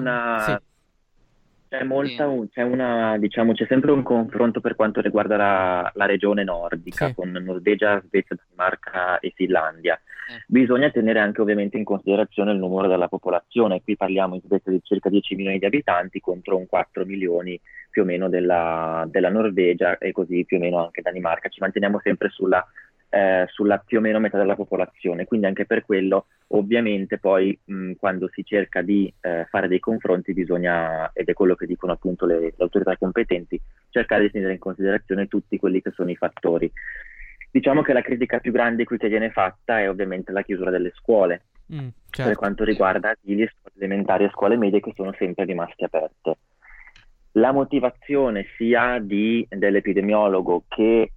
c'è sempre un confronto per quanto riguarda la regione nordica, con Norvegia, Svezia, Danimarca e Finlandia. Bisogna tenere anche ovviamente in considerazione il numero della popolazione. Qui parliamo in Svezia di circa 10 milioni di abitanti contro un 4 milioni più o meno della Norvegia, e così più o meno anche Danimarca. Ci manteniamo sempre sulla sulla più o meno metà della popolazione, quindi anche per quello ovviamente poi quando si cerca di fare dei confronti bisogna, ed è quello che dicono appunto le autorità competenti, cercare di tenere in considerazione tutti quelli che sono i fattori. Diciamo che la critica più grande qui che viene fatta è ovviamente la chiusura delle scuole, certo. Per quanto riguarda asili, scuole elementari e scuole medie che sono sempre rimaste aperte. La motivazione sia dell'epidemiologo che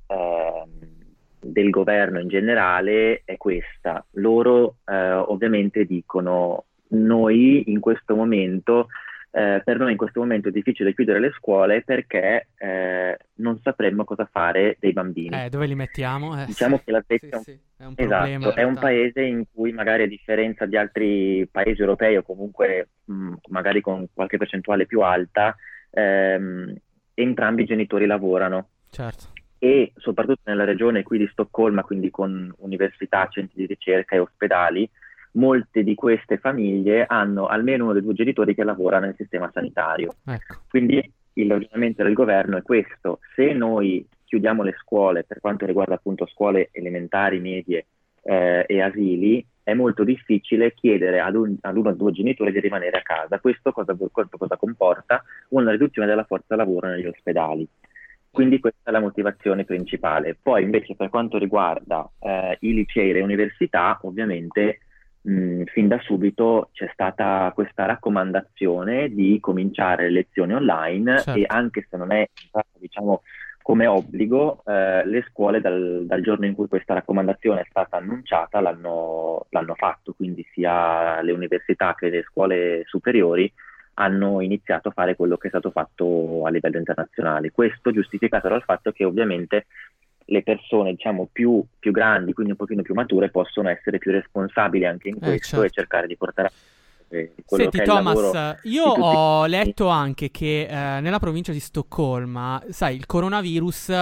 del governo in generale è questa. Loro ovviamente dicono noi in questo momento, per noi in questo momento è difficile chiudere le scuole perché non sapremmo cosa fare dei bambini. Dove li mettiamo? Diciamo che la Svezia è un problema. Esatto, è un paese in cui magari a differenza di altri paesi europei o comunque magari con qualche percentuale più alta, entrambi i genitori lavorano. Certo. E soprattutto nella regione qui di Stoccolma, quindi con università, centri di ricerca e ospedali, molte di queste famiglie hanno almeno uno dei due genitori che lavora nel sistema sanitario. Ecco. Quindi il ragionamento del governo è questo: se noi chiudiamo le scuole per quanto riguarda appunto scuole elementari, medie e asili, è molto difficile chiedere ad uno o due genitori di rimanere a casa. Questo cosa comporta? Una riduzione della forza lavoro negli ospedali. Quindi questa è la motivazione principale. Poi invece per quanto riguarda i licei e le università, ovviamente fin da subito c'è stata questa raccomandazione di cominciare le lezioni online, certo. E anche se non è diciamo come obbligo, le scuole dal giorno in cui questa raccomandazione è stata annunciata l'hanno fatto, quindi sia le università che le scuole superiori hanno iniziato a fare quello che è stato fatto a livello internazionale. Questo giustificato dal fatto che ovviamente le persone diciamo più grandi, quindi un pochino più mature, possono essere più responsabili anche in questo, certo. E cercare di portare quello Senti, che è Thomas, il lavoro. Io ho letto anche che nella provincia di Stoccolma, sai, il coronavirus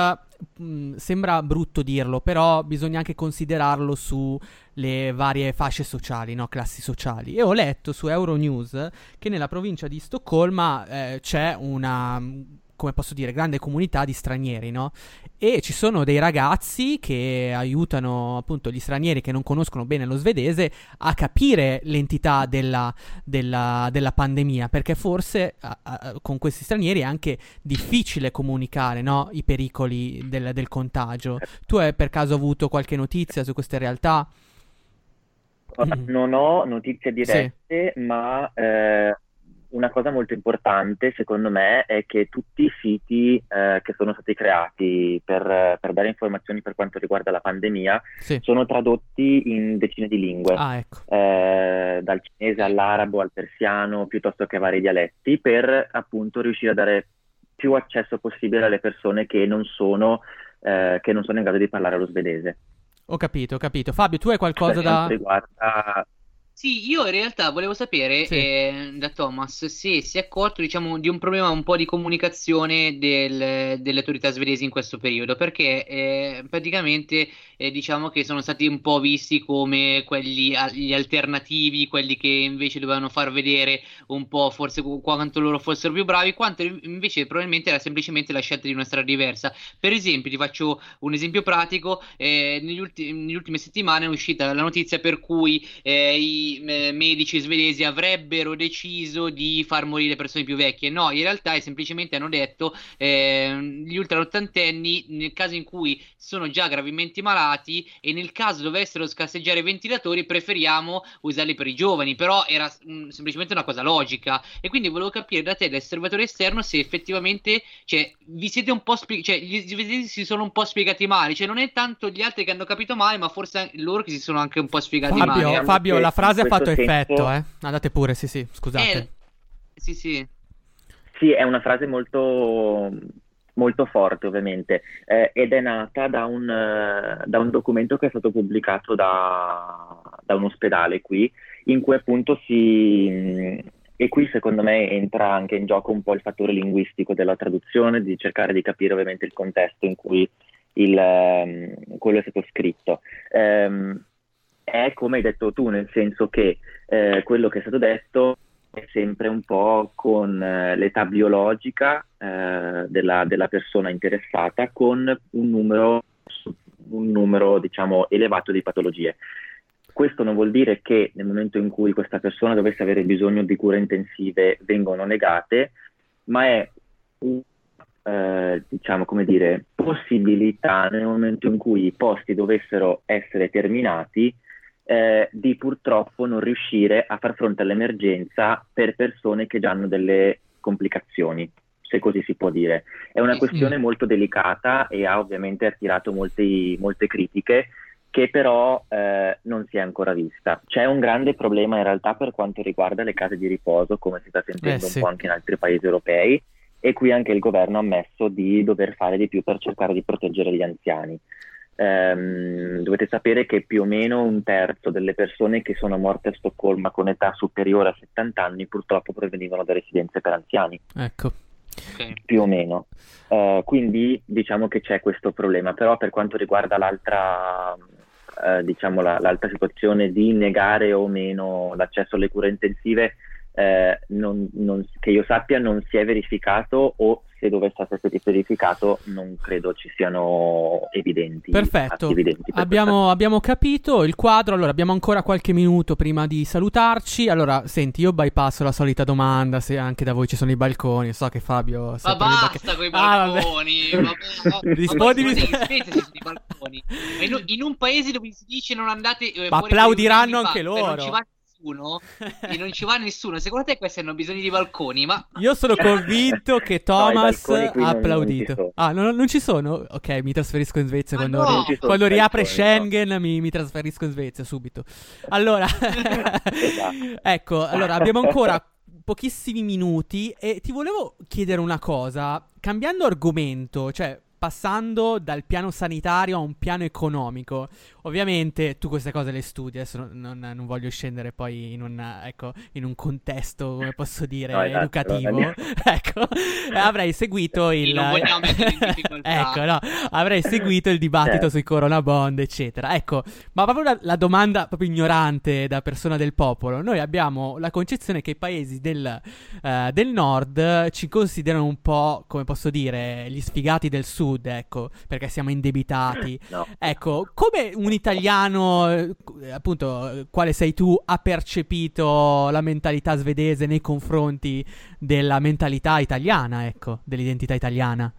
sembra brutto dirlo, però bisogna anche considerarlo sulle varie fasce sociali, no? Classi sociali. E ho letto su Euronews che nella provincia di Stoccolma c'è una, come posso dire, grande comunità di stranieri, no? E ci sono dei ragazzi che aiutano appunto gli stranieri che non conoscono bene lo svedese a capire l'entità della pandemia, perché forse con questi stranieri è anche difficile comunicare, no? I pericoli del contagio. Tu hai per caso avuto qualche notizia su queste realtà? Non ho notizie dirette, sì. Ma una cosa molto importante secondo me è che tutti i siti che sono stati creati per dare informazioni per quanto riguarda la pandemia, sì. Sono tradotti in decine di lingue, ecco. Dal cinese all'arabo al persiano, piuttosto che vari dialetti, per appunto riuscire a dare più accesso possibile alle persone che non sono in grado di parlare lo svedese. Ho capito. Fabio, tu hai qualcosa da... riguarda... Sì, io in realtà volevo sapere da Thomas se si è accorto, diciamo, di un problema un po' di comunicazione delle autorità svedesi in questo periodo, perché praticamente diciamo che sono stati un po' visti come gli alternativi, quelli che invece dovevano far vedere un po' forse quanto loro fossero più bravi, quanto invece probabilmente era semplicemente la scelta di una strada diversa. Per esempio, ti faccio un esempio pratico, nelle ultime settimane è uscita la notizia per cui i medici svedesi avrebbero deciso di far morire persone più vecchie. No, in realtà semplicemente hanno detto gli ultraottantenni, nel caso in cui sono già gravemente malati e nel caso dovessero scarseggiare i ventilatori, preferiamo usarli per i giovani. Però era semplicemente una cosa logica, e quindi volevo capire da te, da osservatore esterno, se effettivamente, cioè, vi siete un po' cioè gli svedesi si sono un po' spiegati male, cioè non è tanto gli altri che hanno capito male, ma forse loro che si sono anche un po' spiegati male. Fabio, la frase ha fatto effetto, Andate pure, sì, scusate. Sì. Sì, è una frase molto, molto forte, ovviamente, ed è nata da un documento che è stato pubblicato da un ospedale qui, in cui appunto e qui secondo me entra anche in gioco un po' il fattore linguistico della traduzione, di cercare di capire ovviamente il contesto in cui quello è stato scritto. È come hai detto tu, nel senso che quello che è stato detto è sempre un po' con l'età biologica della persona interessata, con un numero un numero, diciamo, elevato di patologie. Questo non vuol dire che nel momento in cui questa persona dovesse avere bisogno di cure intensive vengono negate, ma è diciamo, come dire, possibilità nel momento in cui i posti dovessero essere terminati, di purtroppo non riuscire a far fronte all'emergenza per persone che già hanno delle complicazioni, se così si può dire. È una questione molto delicata e ha ovviamente attirato molte critiche, che però non si è ancora vista. C'è un grande problema in realtà per quanto riguarda le case di riposo, come si sta sentendo un po' anche in altri paesi europei, e qui anche il governo ha ammesso di dover fare di più per cercare di proteggere gli anziani. Dovete sapere che più o meno un terzo delle persone che sono morte a Stoccolma con età superiore a 70 anni purtroppo provenivano da residenze per anziani. Ecco. Più o meno. Quindi diciamo che c'è questo problema, però per quanto riguarda l'altra diciamo l'altra situazione di negare o meno l'accesso alle cure intensive, che io sappia non si è verificato, o se dovesse essere verificato non credo ci siano evidenti. Perfetto, evidenti abbiamo capito il quadro. Allora abbiamo ancora qualche minuto prima di salutarci. Allora senti, io bypasso la solita domanda se anche da voi ci sono i balconi. So che Fabio ma basta con i balconi, rispondimi. I balconi. In un paese dove si dice non andate ma applaudiranno anche loro. Non ci va nessuno e non ci va nessuno. Secondo te questi hanno bisogno di balconi? Ma io sono convinto che Thomas no, ha applaudito. Non ci sono? Ok, mi trasferisco in Svezia quando riapre Schengen. Mi trasferisco in Svezia subito. Allora ecco, allora abbiamo ancora pochissimi minuti e ti volevo chiedere una cosa, cambiando argomento, cioè passando dal piano sanitario a un piano economico. Ovviamente tu queste cose le studi, adesso non voglio scendere poi in un contesto, come posso dire, educativo. Ecco, avrei seguito avrei seguito il dibattito sui Corona Bond, eccetera. Ecco, ma proprio la domanda proprio ignorante da persona del popolo. Noi abbiamo la concezione che i paesi del nord ci considerano un po', come posso dire, gli sfigati del sud, ecco, perché siamo indebitati. No. Ecco, come un italiano, appunto, quale sei tu, ha percepito la mentalità svedese nei confronti della mentalità italiana, ecco, dell'identità italiana?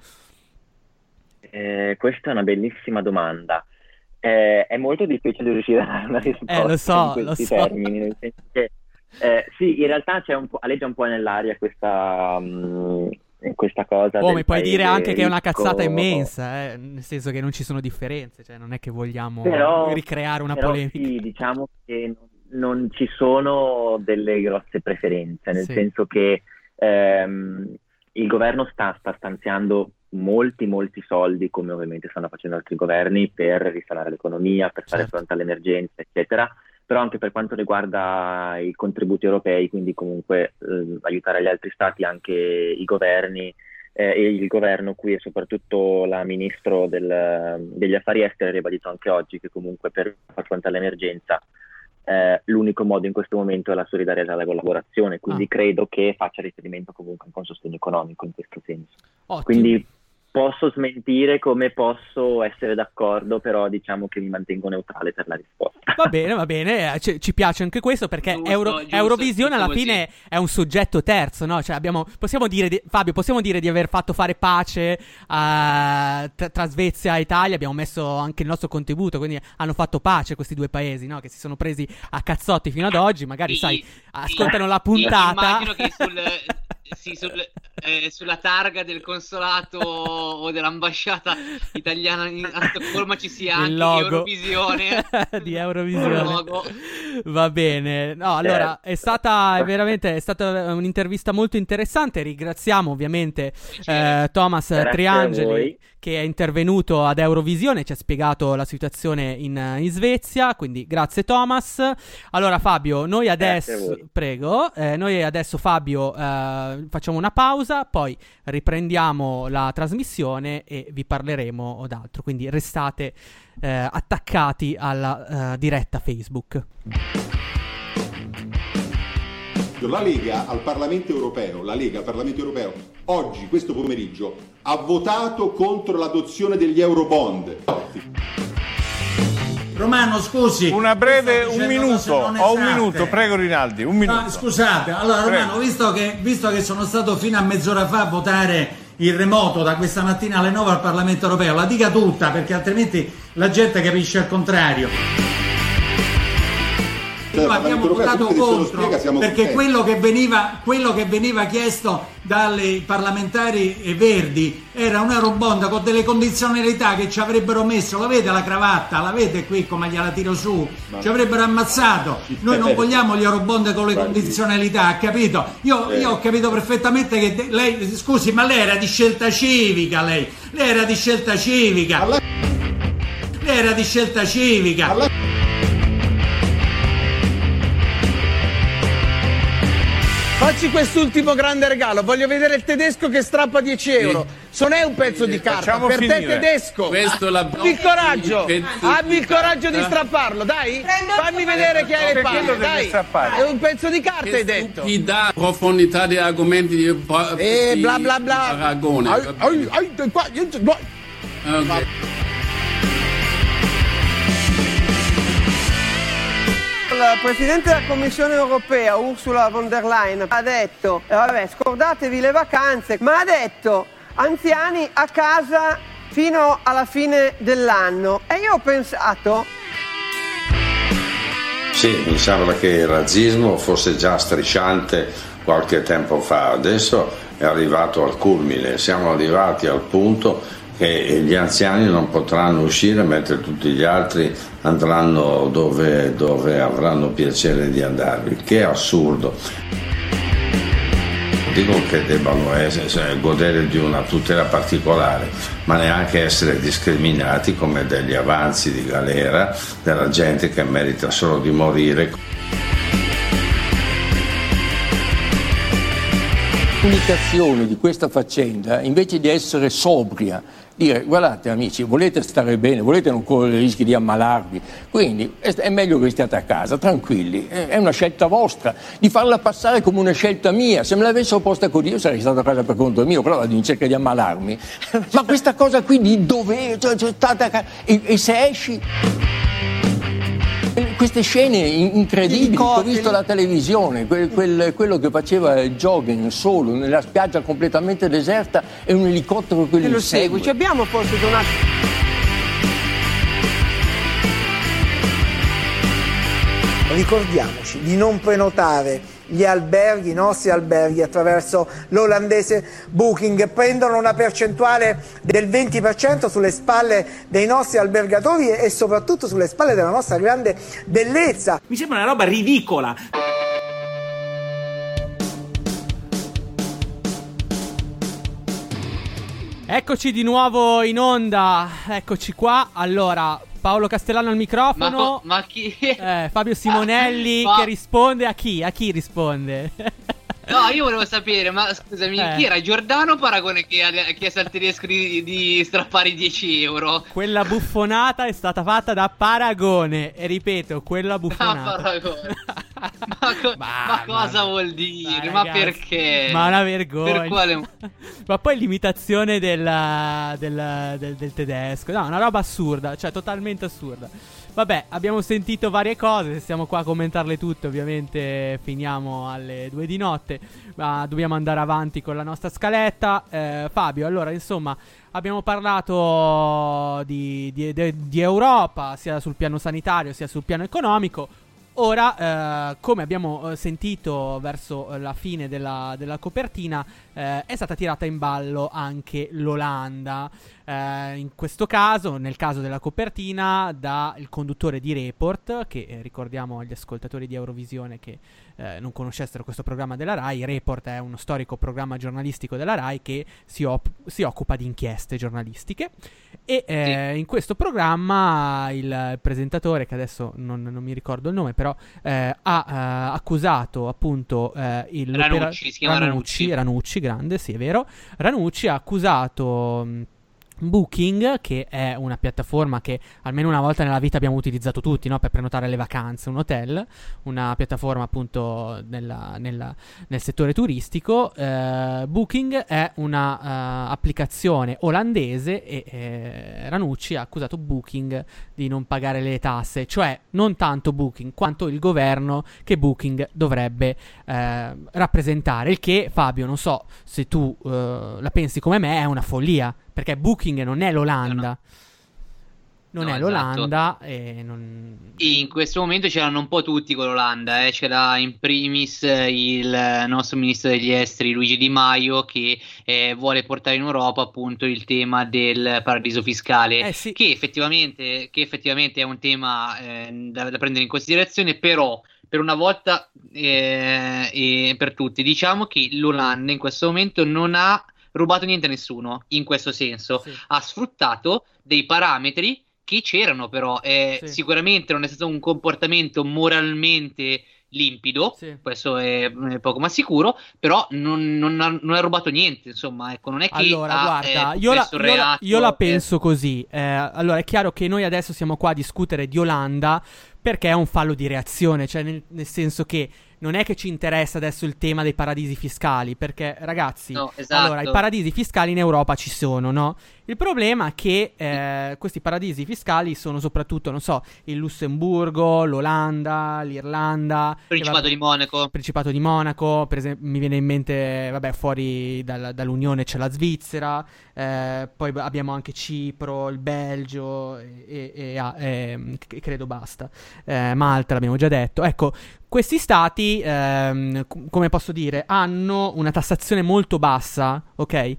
Questa è una bellissima domanda. È molto difficile riuscire a dare una risposta in questi termini, nel senso che sì, in realtà aleggia un po' nell'aria questa cosa. Ma puoi dire anche che è una cazzata immensa, nel senso che non ci sono differenze, cioè non è che vogliamo ricreare una polemica. Sì, diciamo che non ci sono delle grosse preferenze, nel senso che il governo sta stanziando molti soldi, come ovviamente stanno facendo altri governi, per risanare l'economia, per fare fronte all'emergenza, eccetera. Però anche per quanto riguarda i contributi europei, quindi comunque aiutare gli altri stati, anche i governi e il governo qui, e soprattutto la ministro degli affari esteri ha ribadito anche oggi che comunque per far fronte all'emergenza l'unico modo in questo momento è la solidarietà e la collaborazione, quindi credo che faccia riferimento comunque anche a un sostegno economico in questo senso. Ottimo. Quindi posso smentire come posso essere d'accordo, però diciamo che mi mantengo neutrale per la risposta. Va bene, ci piace anche questo, perché Eurovisione alla fine è un soggetto terzo, no? Cioè possiamo dire, Fabio, di aver fatto fare pace tra Svezia e Italia, abbiamo messo anche il nostro contributo, quindi hanno fatto pace questi due paesi, no? Che si sono presi a cazzotti fino ad oggi, magari ascoltano la puntata. Immagino che sulla targa del consolato o dell'ambasciata italiana a Stoccolma ci sia anche Eurovisione. Di Eurovisione. Va bene. No, allora è stata un'intervista molto interessante. Ringraziamo ovviamente Thomas Triangeli, che è intervenuto ad Eurovisione, ci ha spiegato la situazione in Svezia, quindi grazie Thomas. Allora Fabio, noi adesso Fabio facciamo una pausa, poi riprendiamo la trasmissione e vi parleremo d'altro, quindi restate attaccati alla diretta Facebook. La Lega al Parlamento Europeo, oggi, questo pomeriggio, ha votato contro l'adozione degli Eurobond. Romano, scusi. Un minuto, ho un minuto, prego Rinaldi, un minuto. No, scusate, allora Romano, visto che sono stato fino a mezz'ora fa a votare il remoto da questa mattina alle 9 al Parlamento Europeo, la dica tutta, perché altrimenti la gente capisce il contrario. Abbiamo votato contro perché quello che veniva chiesto dai parlamentari verdi era un eurobond con delle condizionalità che ci avrebbero messo, la vede la cravatta, la vede qui come gliela tiro su, ci avrebbero ammazzato. Noi non vogliamo gli eurobond con le condizionalità, ha capito? Io ho capito perfettamente che lei, scusi, ma lei era di Scelta Civica, lei era di Scelta Civica, lei era di Scelta Civica. Facci quest'ultimo grande regalo, voglio vedere il tedesco che strappa 10 euro. Non è un pezzo di carta, per te tedesco. Abbi il coraggio di strapparlo, dai. Fammi vedere che hai le palle, dai. È un pezzo di carta, hai detto. Stupida profondità di argomenti di bla bla bla. Paragone. Okay. La Presidente della Commissione Europea, Ursula von der Leyen, ha detto, scordatevi le vacanze, ma ha detto anziani a casa fino alla fine dell'anno. E io ho pensato... Sì, mi sembra che il razzismo fosse già strisciante qualche tempo fa, adesso è arrivato al culmine, siamo arrivati al punto che gli anziani non potranno uscire mentre tutti gli altri andranno dove avranno piacere di andarvi, che è assurdo. Dico che debbano godere di una tutela particolare, ma neanche essere discriminati come degli avanzi di galera della gente che merita solo di morire. La comunicazione di questa faccenda, invece di essere sobria, dire guardate amici, volete stare bene, volete non correre rischi di ammalarvi, quindi è meglio che stiate a casa, tranquilli, è una scelta vostra, di farla passare come una scelta mia. Se me l'avessero posta così io sarei stato a casa per conto mio, però vado in cerca di ammalarmi. Ma questa cosa qui di dovere, state a casa, e se esci... Queste scene incredibili che ho visto alla televisione, quello che faceva il jogging solo nella spiaggia completamente deserta e un elicottero che lo segue. Ci abbiamo forse donato... Ricordiamoci di non prenotare gli alberghi, i nostri alberghi, attraverso l'olandese Booking. Prendono una percentuale del 20% sulle spalle dei nostri albergatori e soprattutto sulle spalle della nostra grande bellezza. Mi sembra una roba ridicola. Eccoci di nuovo in onda, eccoci qua. Allora, Paolo Castellano al microfono. Ma chi? Fabio Simonelli che risponde a chi? A chi risponde? No, io volevo sapere, ma scusami, chi era Giordano Paragone che ha chiesto al tedesco di strappare i 10 euro? Quella buffonata è stata fatta da Paragone. E ripeto, quella buffonata. Paragone. ma cosa vuol dire? Ma perché? Ma una vergogna. Per quale? Ma poi l'imitazione del tedesco. No, una roba assurda, cioè totalmente assurda. Vabbè, abbiamo sentito varie cose, se stiamo qua a commentarle tutte ovviamente finiamo alle 2 di notte, ma dobbiamo andare avanti con la nostra scaletta. Fabio, allora insomma abbiamo parlato di Europa, sia sul piano sanitario sia sul piano economico. Ora, come abbiamo sentito verso la fine della copertina, è stata tirata in ballo anche l'Olanda. In questo caso, nel caso della copertina, da il conduttore di Report, che ricordiamo agli ascoltatori di Eurovisione che non conoscessero questo programma della Rai. Report è uno storico programma giornalistico della Rai che si occupa di inchieste giornalistique. E sì, in questo programma il presentatore, che adesso non mi ricordo il nome, però ha accusato appunto il Ranucci, Ranucci, grande, sì, è vero. Ranucci ha accusato Booking, che è una piattaforma che almeno una volta nella vita abbiamo utilizzato tutti, no? Per prenotare le vacanze, un hotel, una piattaforma appunto nel settore turistico. Booking è una applicazione olandese e Ranucci ha accusato Booking di non pagare le tasse, cioè non tanto Booking quanto il governo che Booking dovrebbe rappresentare, il che, Fabio, non so se tu la pensi come me, è una follia. Perché Booking non è l'Olanda. Non è l'Olanda. Esatto. E in questo momento c'erano un po' tutti con l'Olanda. C'era in primis il nostro ministro degli esteri Luigi Di Maio, che vuole portare in Europa appunto il tema del paradiso fiscale, sì. che effettivamente è un tema da prendere in considerazione, però per una volta e per tutti diciamo che l'Olanda in questo momento non ha rubato niente a nessuno, in questo senso. Sì. Ha sfruttato dei parametri che c'erano, però sicuramente non è stato un comportamento moralmente limpido, questo è poco ma sicuro, però non ha rubato niente, insomma, ecco, non è che allora, guarda, io la penso così. Allora, è chiaro che noi adesso siamo qua a discutere di Olanda perché è un fallo di reazione, cioè nel senso che non è che ci interessa adesso il tema dei paradisi fiscali, perché ragazzi, esatto. Allora, i paradisi fiscali in Europa ci sono, no? Il problema è che questi paradisi fiscali sono soprattutto, non so, il Lussemburgo, l'Olanda, l'Irlanda, Principato di Monaco, per esempio, mi viene in mente, vabbè, fuori dall'Unione c'è la Svizzera, poi abbiamo anche Cipro, il Belgio e credo basta. Malta l'abbiamo già detto. Ecco, questi stati, come posso dire, hanno una tassazione molto bassa, ok?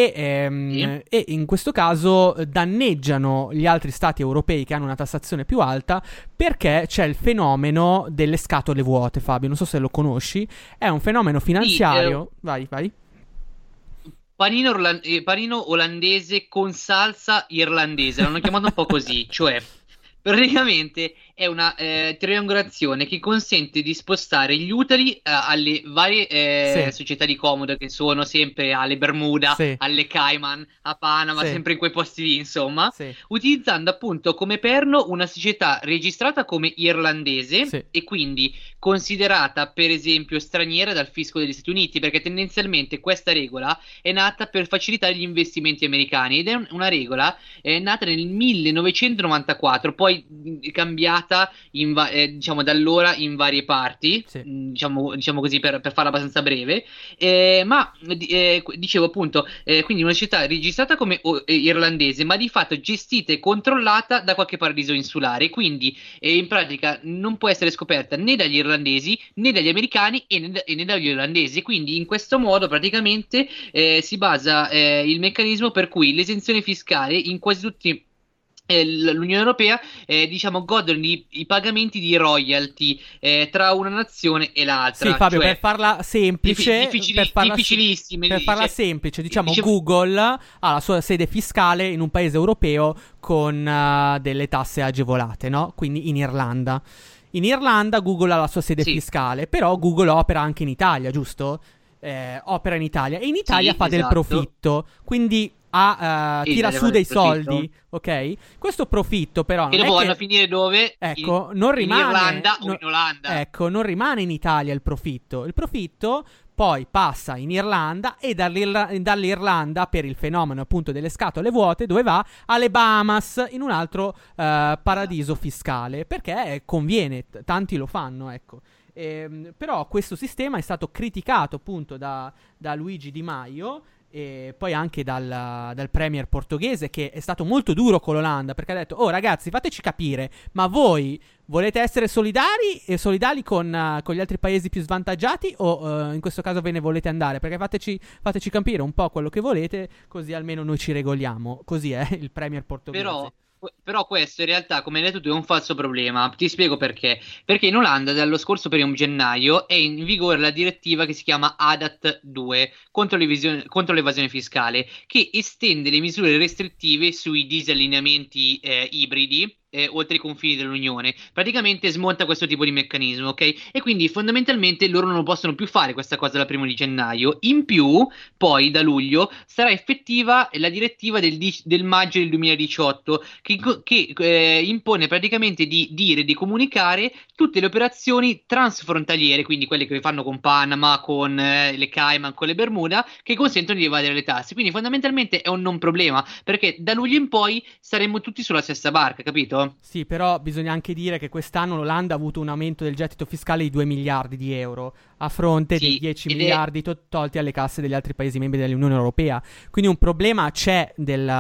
E in questo caso danneggiano gli altri stati europei che hanno una tassazione più alta, perché c'è il fenomeno delle scatole vuote, Fabio, non so se lo conosci, è un fenomeno finanziario. Vai. Panino olandese con salsa irlandese, l'hanno chiamato un po' così, cioè praticamente è una triangolazione che consente di spostare gli utili alle varie società di comodo, che sono sempre alle Bermuda, alle Cayman, a Panama, sempre in quei posti lì, insomma, utilizzando appunto come perno una società registrata come irlandese e quindi considerata per esempio straniera dal fisco degli Stati Uniti, perché tendenzialmente questa regola è nata per facilitare gli investimenti americani ed è una regola nata nel 1994, poi cambiata diciamo da allora in varie parti, diciamo così per farla abbastanza breve, ma dicevo appunto, quindi una società registrata come irlandese ma di fatto gestita e controllata da qualche paradiso insulare, quindi in pratica non può essere scoperta né dagli irlandesi né dagli americani e né dagli irlandesi, quindi in questo modo praticamente si basa il meccanismo per cui l'esenzione fiscale in quasi tutti l'Unione Europea diciamo godono i pagamenti di royalty tra una nazione e l'altra. Sì, Fabio, cioè, per farla semplice, semplice, diciamo Google ha la sua sede fiscale in un paese europeo con delle tasse agevolate, no? Quindi in Irlanda. In Irlanda Google ha la sua sede fiscale, però Google opera anche in Italia, giusto? Opera in Italia e in Italia fa del profitto, quindi tira su dei soldi, ok? Questo profitto però che dopo vanno a finire dove? Ecco, non rimane in Irlanda o in Olanda. Ecco, non rimane in Italia il profitto. Il profitto poi passa in Irlanda e dall'Irlanda, per il fenomeno appunto delle scatole vuote, dove va? Alle Bahamas, in un altro paradiso fiscale, perché conviene, tanti lo fanno, ecco. Però questo sistema è stato criticato appunto da Luigi Di Maio e poi anche dal premier portoghese, che è stato molto duro con l'Olanda, perché ha detto: oh ragazzi, fateci capire, ma voi volete essere solidali con gli altri paesi più svantaggiati o in questo caso ve ne volete andare? Perché fateci capire un po' quello che volete, così almeno noi ci regoliamo. Così è il premier portoghese. Però questo in realtà, come hai detto tu, è un falso problema. Ti spiego perché. Perché in Olanda dallo scorso 1 gennaio è in vigore la direttiva che si chiama ADAT 2 contro l'evasione fiscale, che estende le misure restrittive sui disallineamenti ibridi oltre i confini dell'Unione, praticamente smonta questo tipo di meccanismo, ok? E quindi fondamentalmente loro non possono più fare questa cosa dal 1° di gennaio. In più, poi da luglio sarà effettiva la direttiva del maggio del 2018 che impone praticamente di comunicare tutte le operazioni transfrontaliere, quindi quelle che fanno con Panama, con le Cayman, con le Bermuda, che consentono di evadere le tasse. Quindi fondamentalmente è un non problema, perché da luglio in poi saremmo tutti sulla stessa barca, capito? Sì, però bisogna anche dire che quest'anno l'Olanda ha avuto un aumento del gettito fiscale di 2 miliardi di euro a fronte dei 10 miliardi tolti alle casse degli altri paesi membri dell'Unione Europea. Quindi un problema c'è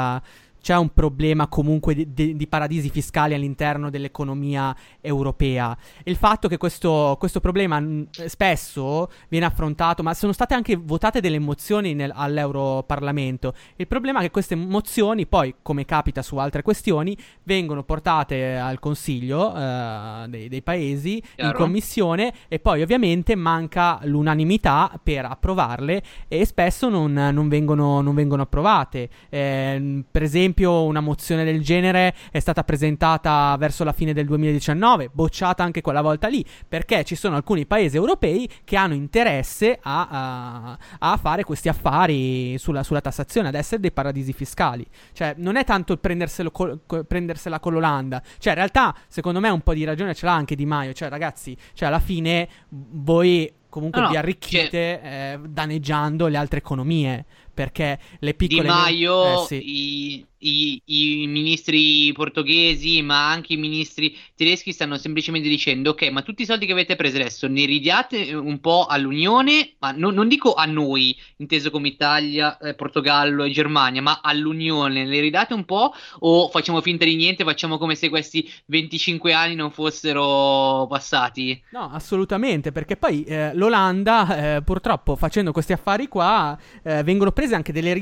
un problema comunque di paradisi fiscali all'interno dell'economia europea. E il fatto che questo problema spesso viene affrontato, ma sono state anche votate delle mozioni all'Europarlamento. Il problema è che queste mozioni poi, come capita su altre questioni, vengono portate al Consiglio dei paesi, in commissione, e poi ovviamente manca l'unanimità per approvarle e spesso non vengono approvate. Per esempio, una mozione del genere è stata presentata verso la fine del 2019, bocciata anche quella volta lì, perché ci sono alcuni paesi europei che hanno interesse a fare questi affari sulla tassazione, ad essere dei paradisi fiscali. Cioè, non è tanto il prendersela con l'Olanda. Cioè, in realtà, secondo me, un po' di ragione ce l'ha anche Di Maio. Cioè, ragazzi, alla fine voi comunque vi arricchite danneggiando le altre economie, perché le piccole... Di Maio, sì. I ministri portoghesi, ma anche i ministri tedeschi stanno semplicemente dicendo: ok, ma tutti i soldi che avete preso adesso ne ridiate un po' all'Unione, ma non dico a noi, inteso come Italia, Portogallo e Germania, ma all'Unione, ne ridate un po', o facciamo finta di niente, facciamo come se questi 25 anni non fossero passati? No, assolutamente, perché poi l'Olanda, purtroppo, facendo questi affari qua, vengono prese anche delle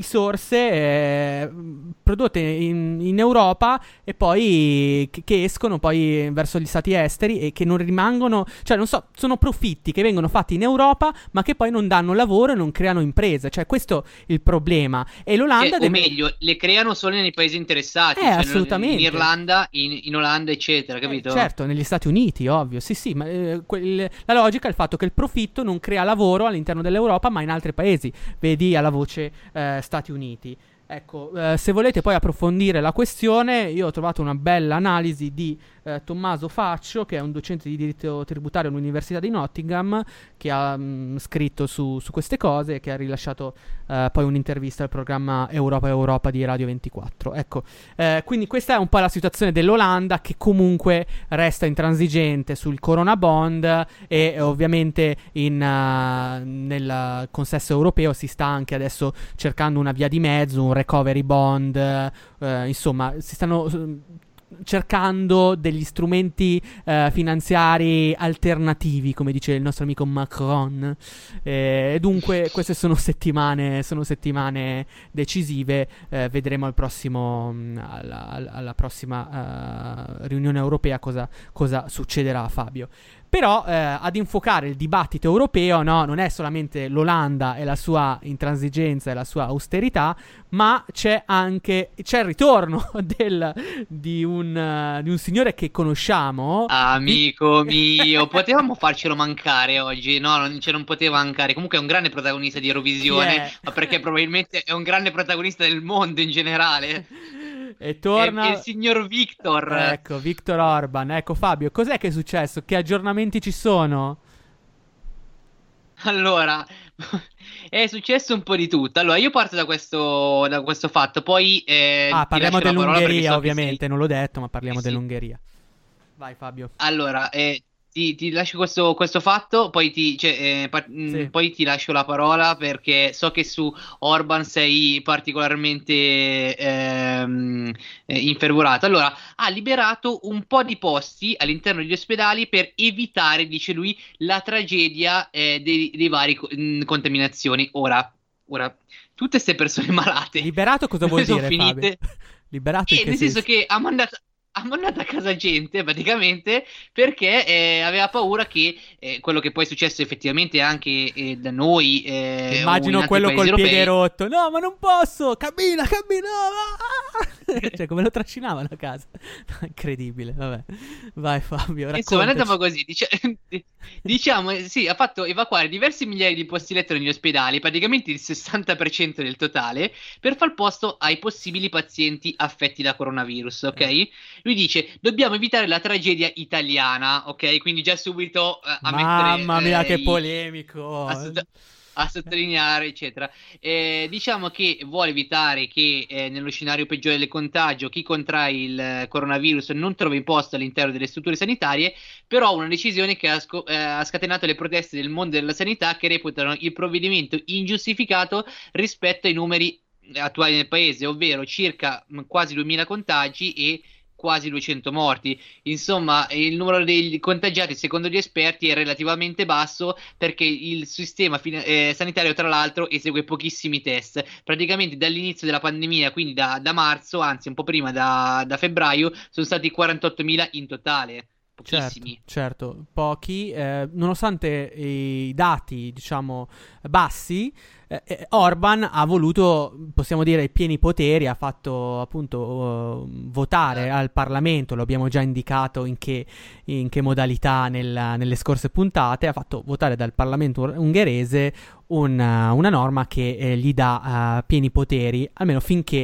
risorse prodotte in Europa e poi che escono poi verso gli stati esteri e che non rimangono, cioè non so, sono profitti che vengono fatti in Europa ma che poi non danno lavoro e non creano imprese. Cioè, questo è il problema. E l'Olanda o meglio, le creano solo nei paesi interessati, cioè assolutamente, in Irlanda, in Olanda, eccetera, capito? Certo, negli Stati Uniti, ovvio, sì, ma la logica è il fatto che il profitto non crea lavoro all'interno dell'Europa ma in altri paesi. Vedi alla voce Stati Uniti. Ecco, se volete poi approfondire la questione, io ho trovato una bella analisi di Tommaso Faccio, che è un docente di diritto tributario all'Università di Nottingham, che ha scritto su queste cose e che ha rilasciato poi un'intervista al programma Europa di Radio 24. Ecco, quindi questa è un po' la situazione dell'Olanda, che comunque resta intransigente sul Corona Bond e ovviamente nel consesso europeo si sta anche adesso cercando una via di mezzo, un recovery bond, insomma si stanno cercando degli strumenti finanziari alternativi, come dice il nostro amico Macron, e dunque queste sono settimane decisive. Vedremo alla prossima riunione europea cosa succederà, Fabio. Però ad infuocare il dibattito europeo, no, non è solamente l'Olanda e la sua intransigenza e la sua austerità, ma c'è il ritorno di un signore che conosciamo. Amico mio, potevamo farcelo mancare oggi? No, non poteva mancare. Comunque è un grande protagonista di Eurovisione, ma perché probabilmente è un grande protagonista del mondo in generale. E torna il signor Viktor. Ecco, Viktor Orban. Ecco, Fabio, cos'è che è successo? Che aggiornamenti ci sono? Allora, è successo un po' di tutto. Allora, io parto da questo fatto, poi parliamo dell'Ungheria, ovviamente, non l'ho detto, ma parliamo dell'Ungheria. Vai, Fabio. Allora, ti lascio questo fatto, poi poi ti lascio la parola, perché so che su Orban sei particolarmente infervorato. Allora, ha liberato un po' di posti all'interno degli ospedali per evitare, dice lui, la tragedia dei vari contaminazioni. Ora, tutte queste persone malate liberato cosa vuol dire, finite? Fabio? Liberato in che nel senso che ha ha mandato a casa gente praticamente perché aveva paura che quello che poi è successo effettivamente anche da noi. Immagino quello col piede rotto. No, ma non posso! Cammina! Cioè, come lo trascinavano a casa. Incredibile, vabbè. Vai Fabio, raccontaci. Insomma, è andato così. Diciamo, sì, ha fatto evacuare diversi migliaia di posti letto negli ospedali, praticamente il 60% del totale, per far posto ai possibili pazienti affetti da coronavirus, ok? Lui dice, dobbiamo evitare la tragedia italiana, ok? Quindi già subito a mettere... Mamma mia, che polemico! A sottolineare, eccetera. Diciamo che vuole evitare che nello scenario peggiore del contagio chi contrae il coronavirus non trovi posto all'interno delle strutture sanitarie, però una decisione che ha scatenato le proteste del mondo della sanità, che reputano il provvedimento ingiustificato rispetto ai numeri attuali nel paese, ovvero circa quasi 2000 contagi e quasi 200 morti. Insomma, il numero dei contagiati secondo gli esperti è relativamente basso, perché il sistema sanitario tra l'altro esegue pochissimi test. Praticamente dall'inizio della pandemia, quindi da marzo, anzi un po' prima, da febbraio, sono stati 48.000 in totale. Pochissimi. Certo, pochi, nonostante i dati, diciamo, bassi. Orban ha voluto, possiamo dire, i pieni poteri, ha fatto appunto votare al Parlamento, lo abbiamo già indicato in che modalità nelle scorse puntate, ha fatto votare dal Parlamento ungherese una norma che gli dà pieni poteri, almeno finché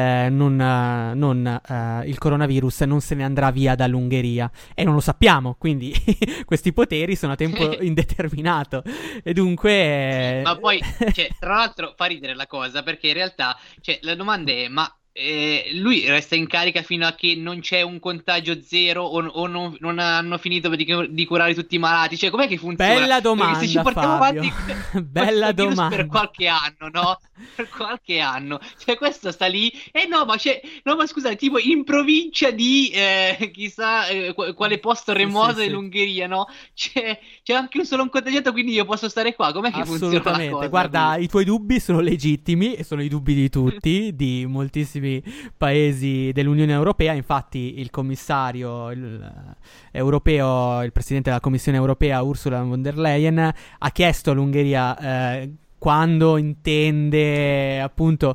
il coronavirus non se ne andrà via dall'Ungheria, e non lo sappiamo, quindi questi poteri sono a tempo indeterminato, e dunque ma poi tra l'altro fa ridere la cosa, perché in realtà la domanda è: ma lui resta in carica fino a che non c'è un contagio zero o non hanno finito di curare tutti i malati? Cioè, com'è che funziona? Bella domanda, perché se ci portiamo avanti bella domanda per qualche anno, no? Per qualche anno, questo sta lì. No, ma scusate, tipo in provincia di chissà quale posto remoto dell'Ungheria, no? C'è anche solo un contagiato, quindi io posso stare qua. Com'è che funziona la cosa? Guarda, i tuoi dubbi sono legittimi e sono i dubbi di tutti, di moltissimi paesi dell'Unione Europea. Infatti il commissario europeo, il presidente della Commissione Europea, Ursula von der Leyen, ha chiesto all'Ungheria quando intende appunto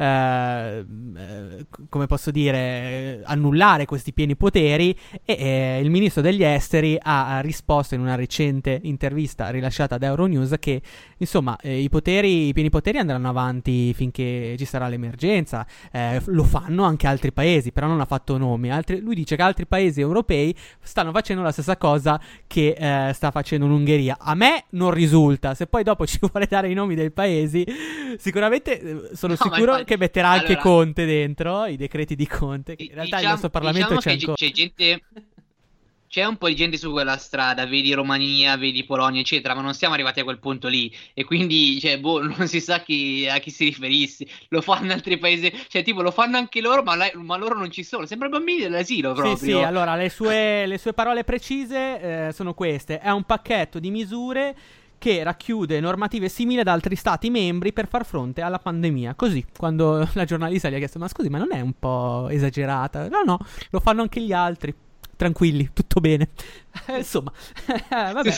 come posso dire, annullare questi pieni poteri, e il ministro degli esteri ha risposto in una recente intervista rilasciata da Euronews che insomma i pieni poteri andranno avanti finché ci sarà l'emergenza. Lo fanno anche altri paesi, però non ha fatto nomi. Lui dice che altri paesi europei stanno facendo la stessa cosa che sta facendo l'Ungheria. A me non risulta, se poi dopo ci vuole dare i nomi dei paesi, sicuramente sono sicuro che metterà anche Conte dentro, i decreti di Conte, che in realtà il nostro Parlamento c'è ancora. C'è un po' di gente su quella strada, vedi Romania, vedi Polonia, eccetera, ma non siamo arrivati a quel punto lì, e quindi non si sa a chi si riferissi. Lo fanno altri paesi, tipo lo fanno anche loro, ma loro non ci sono, sembra bambini dell'asilo proprio. Sì, allora le sue parole precise sono queste: è un pacchetto di misure che racchiude normative simili ad altri stati membri per far fronte alla pandemia. Così, quando la giornalista gli ha chiesto: ma scusi, ma non è un po' esagerata? No, lo fanno anche gli altri. Tranquilli, tutto bene. Insomma, vabbè.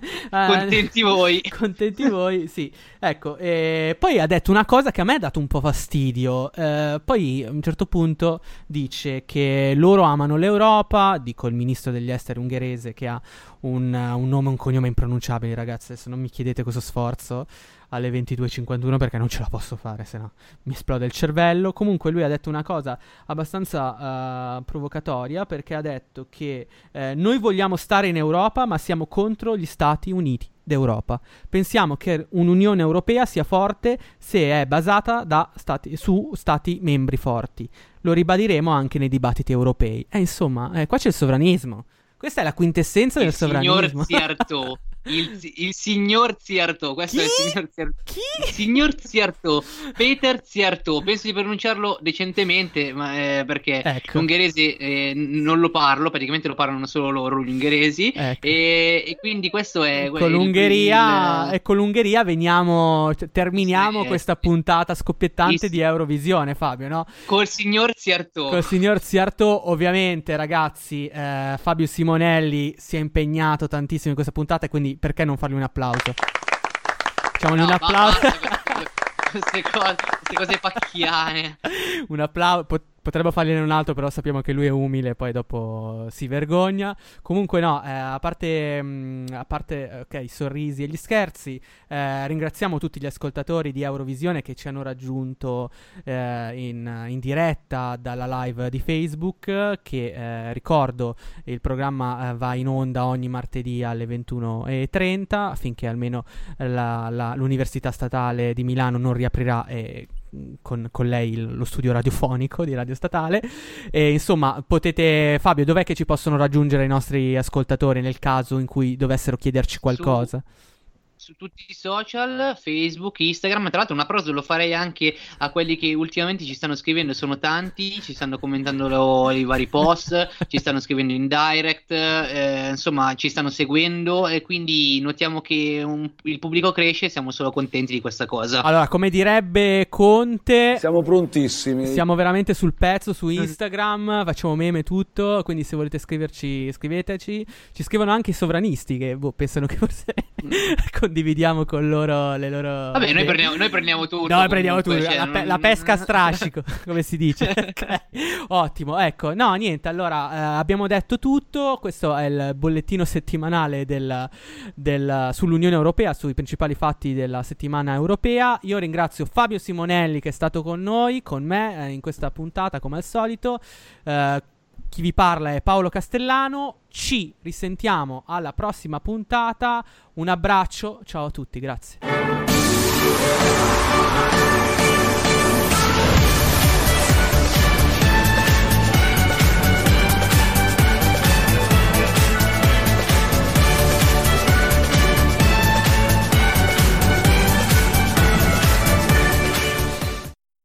Contenti voi, sì. Ecco, poi ha detto una cosa che a me ha dato un po' fastidio. Poi a un certo punto dice che loro amano l'Europa. Dico il ministro degli esteri ungherese, che ha un nome e un cognome impronunciabili, ragazzi. Adesso non mi chiedete questo sforzo alle 22:51 perché non ce la posso fare, se no mi esplode il cervello. Comunque lui ha detto una cosa abbastanza provocatoria, perché ha detto che noi vogliamo stare in Europa, ma siamo contro gli Stati Uniti d'Europa. Pensiamo che un'Unione Europea sia forte se è basata su stati membri forti. Lo ribadiremo anche nei dibattiti europei. Insomma, qua c'è il sovranismo. Questa è la quintessenza del sovranismo. Signor Ziarto. Il signor Ziarto, questo è il signor Ziarto. Il signor Ziarto, Peter Ziarto, penso di pronunciarlo decentemente, ma perché l'ungherese non lo parlo, praticamente lo parlano solo loro gli ungheresi, e quindi questo è con l'Ungheria terminiamo questa puntata scoppiettante di Eurovisione, Fabio, no? Col signor Ziarto. Col signor Ziarto, ovviamente, ragazzi, Fabio Simonelli si è impegnato tantissimo in questa puntata, e quindi perché non fargli un applauso? Facciamogli un applauso. Queste cose pacchiane. Un applauso. Potremmo fargliene un altro, però sappiamo che lui è umile, poi dopo si vergogna. Comunque no, a parte i sorrisi e gli scherzi, ringraziamo tutti gli ascoltatori di Eurovisione che ci hanno raggiunto in diretta dalla live di Facebook, che ricordo il programma va in onda ogni martedì alle 21:30, affinché almeno l'Università Statale di Milano non riaprirà con lei lo studio radiofonico di Radio Statale. E insomma, Fabio, dov'è che ci possono raggiungere i nostri ascoltatori nel caso in cui dovessero chiederci qualcosa? Su tutti i social, Facebook, Instagram. Tra l'altro un applauso lo farei anche a quelli che ultimamente ci stanno scrivendo, sono tanti, ci stanno commentando i vari post, ci stanno scrivendo in direct, insomma ci stanno seguendo, e quindi notiamo che il pubblico cresce, siamo solo contenti di questa cosa. Allora, come direbbe Conte, siamo prontissimi, siamo veramente sul pezzo su Instagram, facciamo meme tutto, quindi se volete scriverci, scriveteci. Ci scrivono anche i sovranisti che pensano che forse condividiamo con loro le loro. Vabbè, noi prendiamo tutto. Noi prendiamo tutto. La pesca a strascico, come si dice. Okay. Ottimo, ecco. No, niente. Allora, abbiamo detto tutto. Questo è il bollettino settimanale sull'Unione Europea, sui principali fatti della settimana europea. Io ringrazio Fabio Simonelli che è stato con me in questa puntata, come al solito. Chi vi parla è Paolo Castellano. Ci risentiamo alla prossima puntata. Un abbraccio, ciao a tutti, grazie.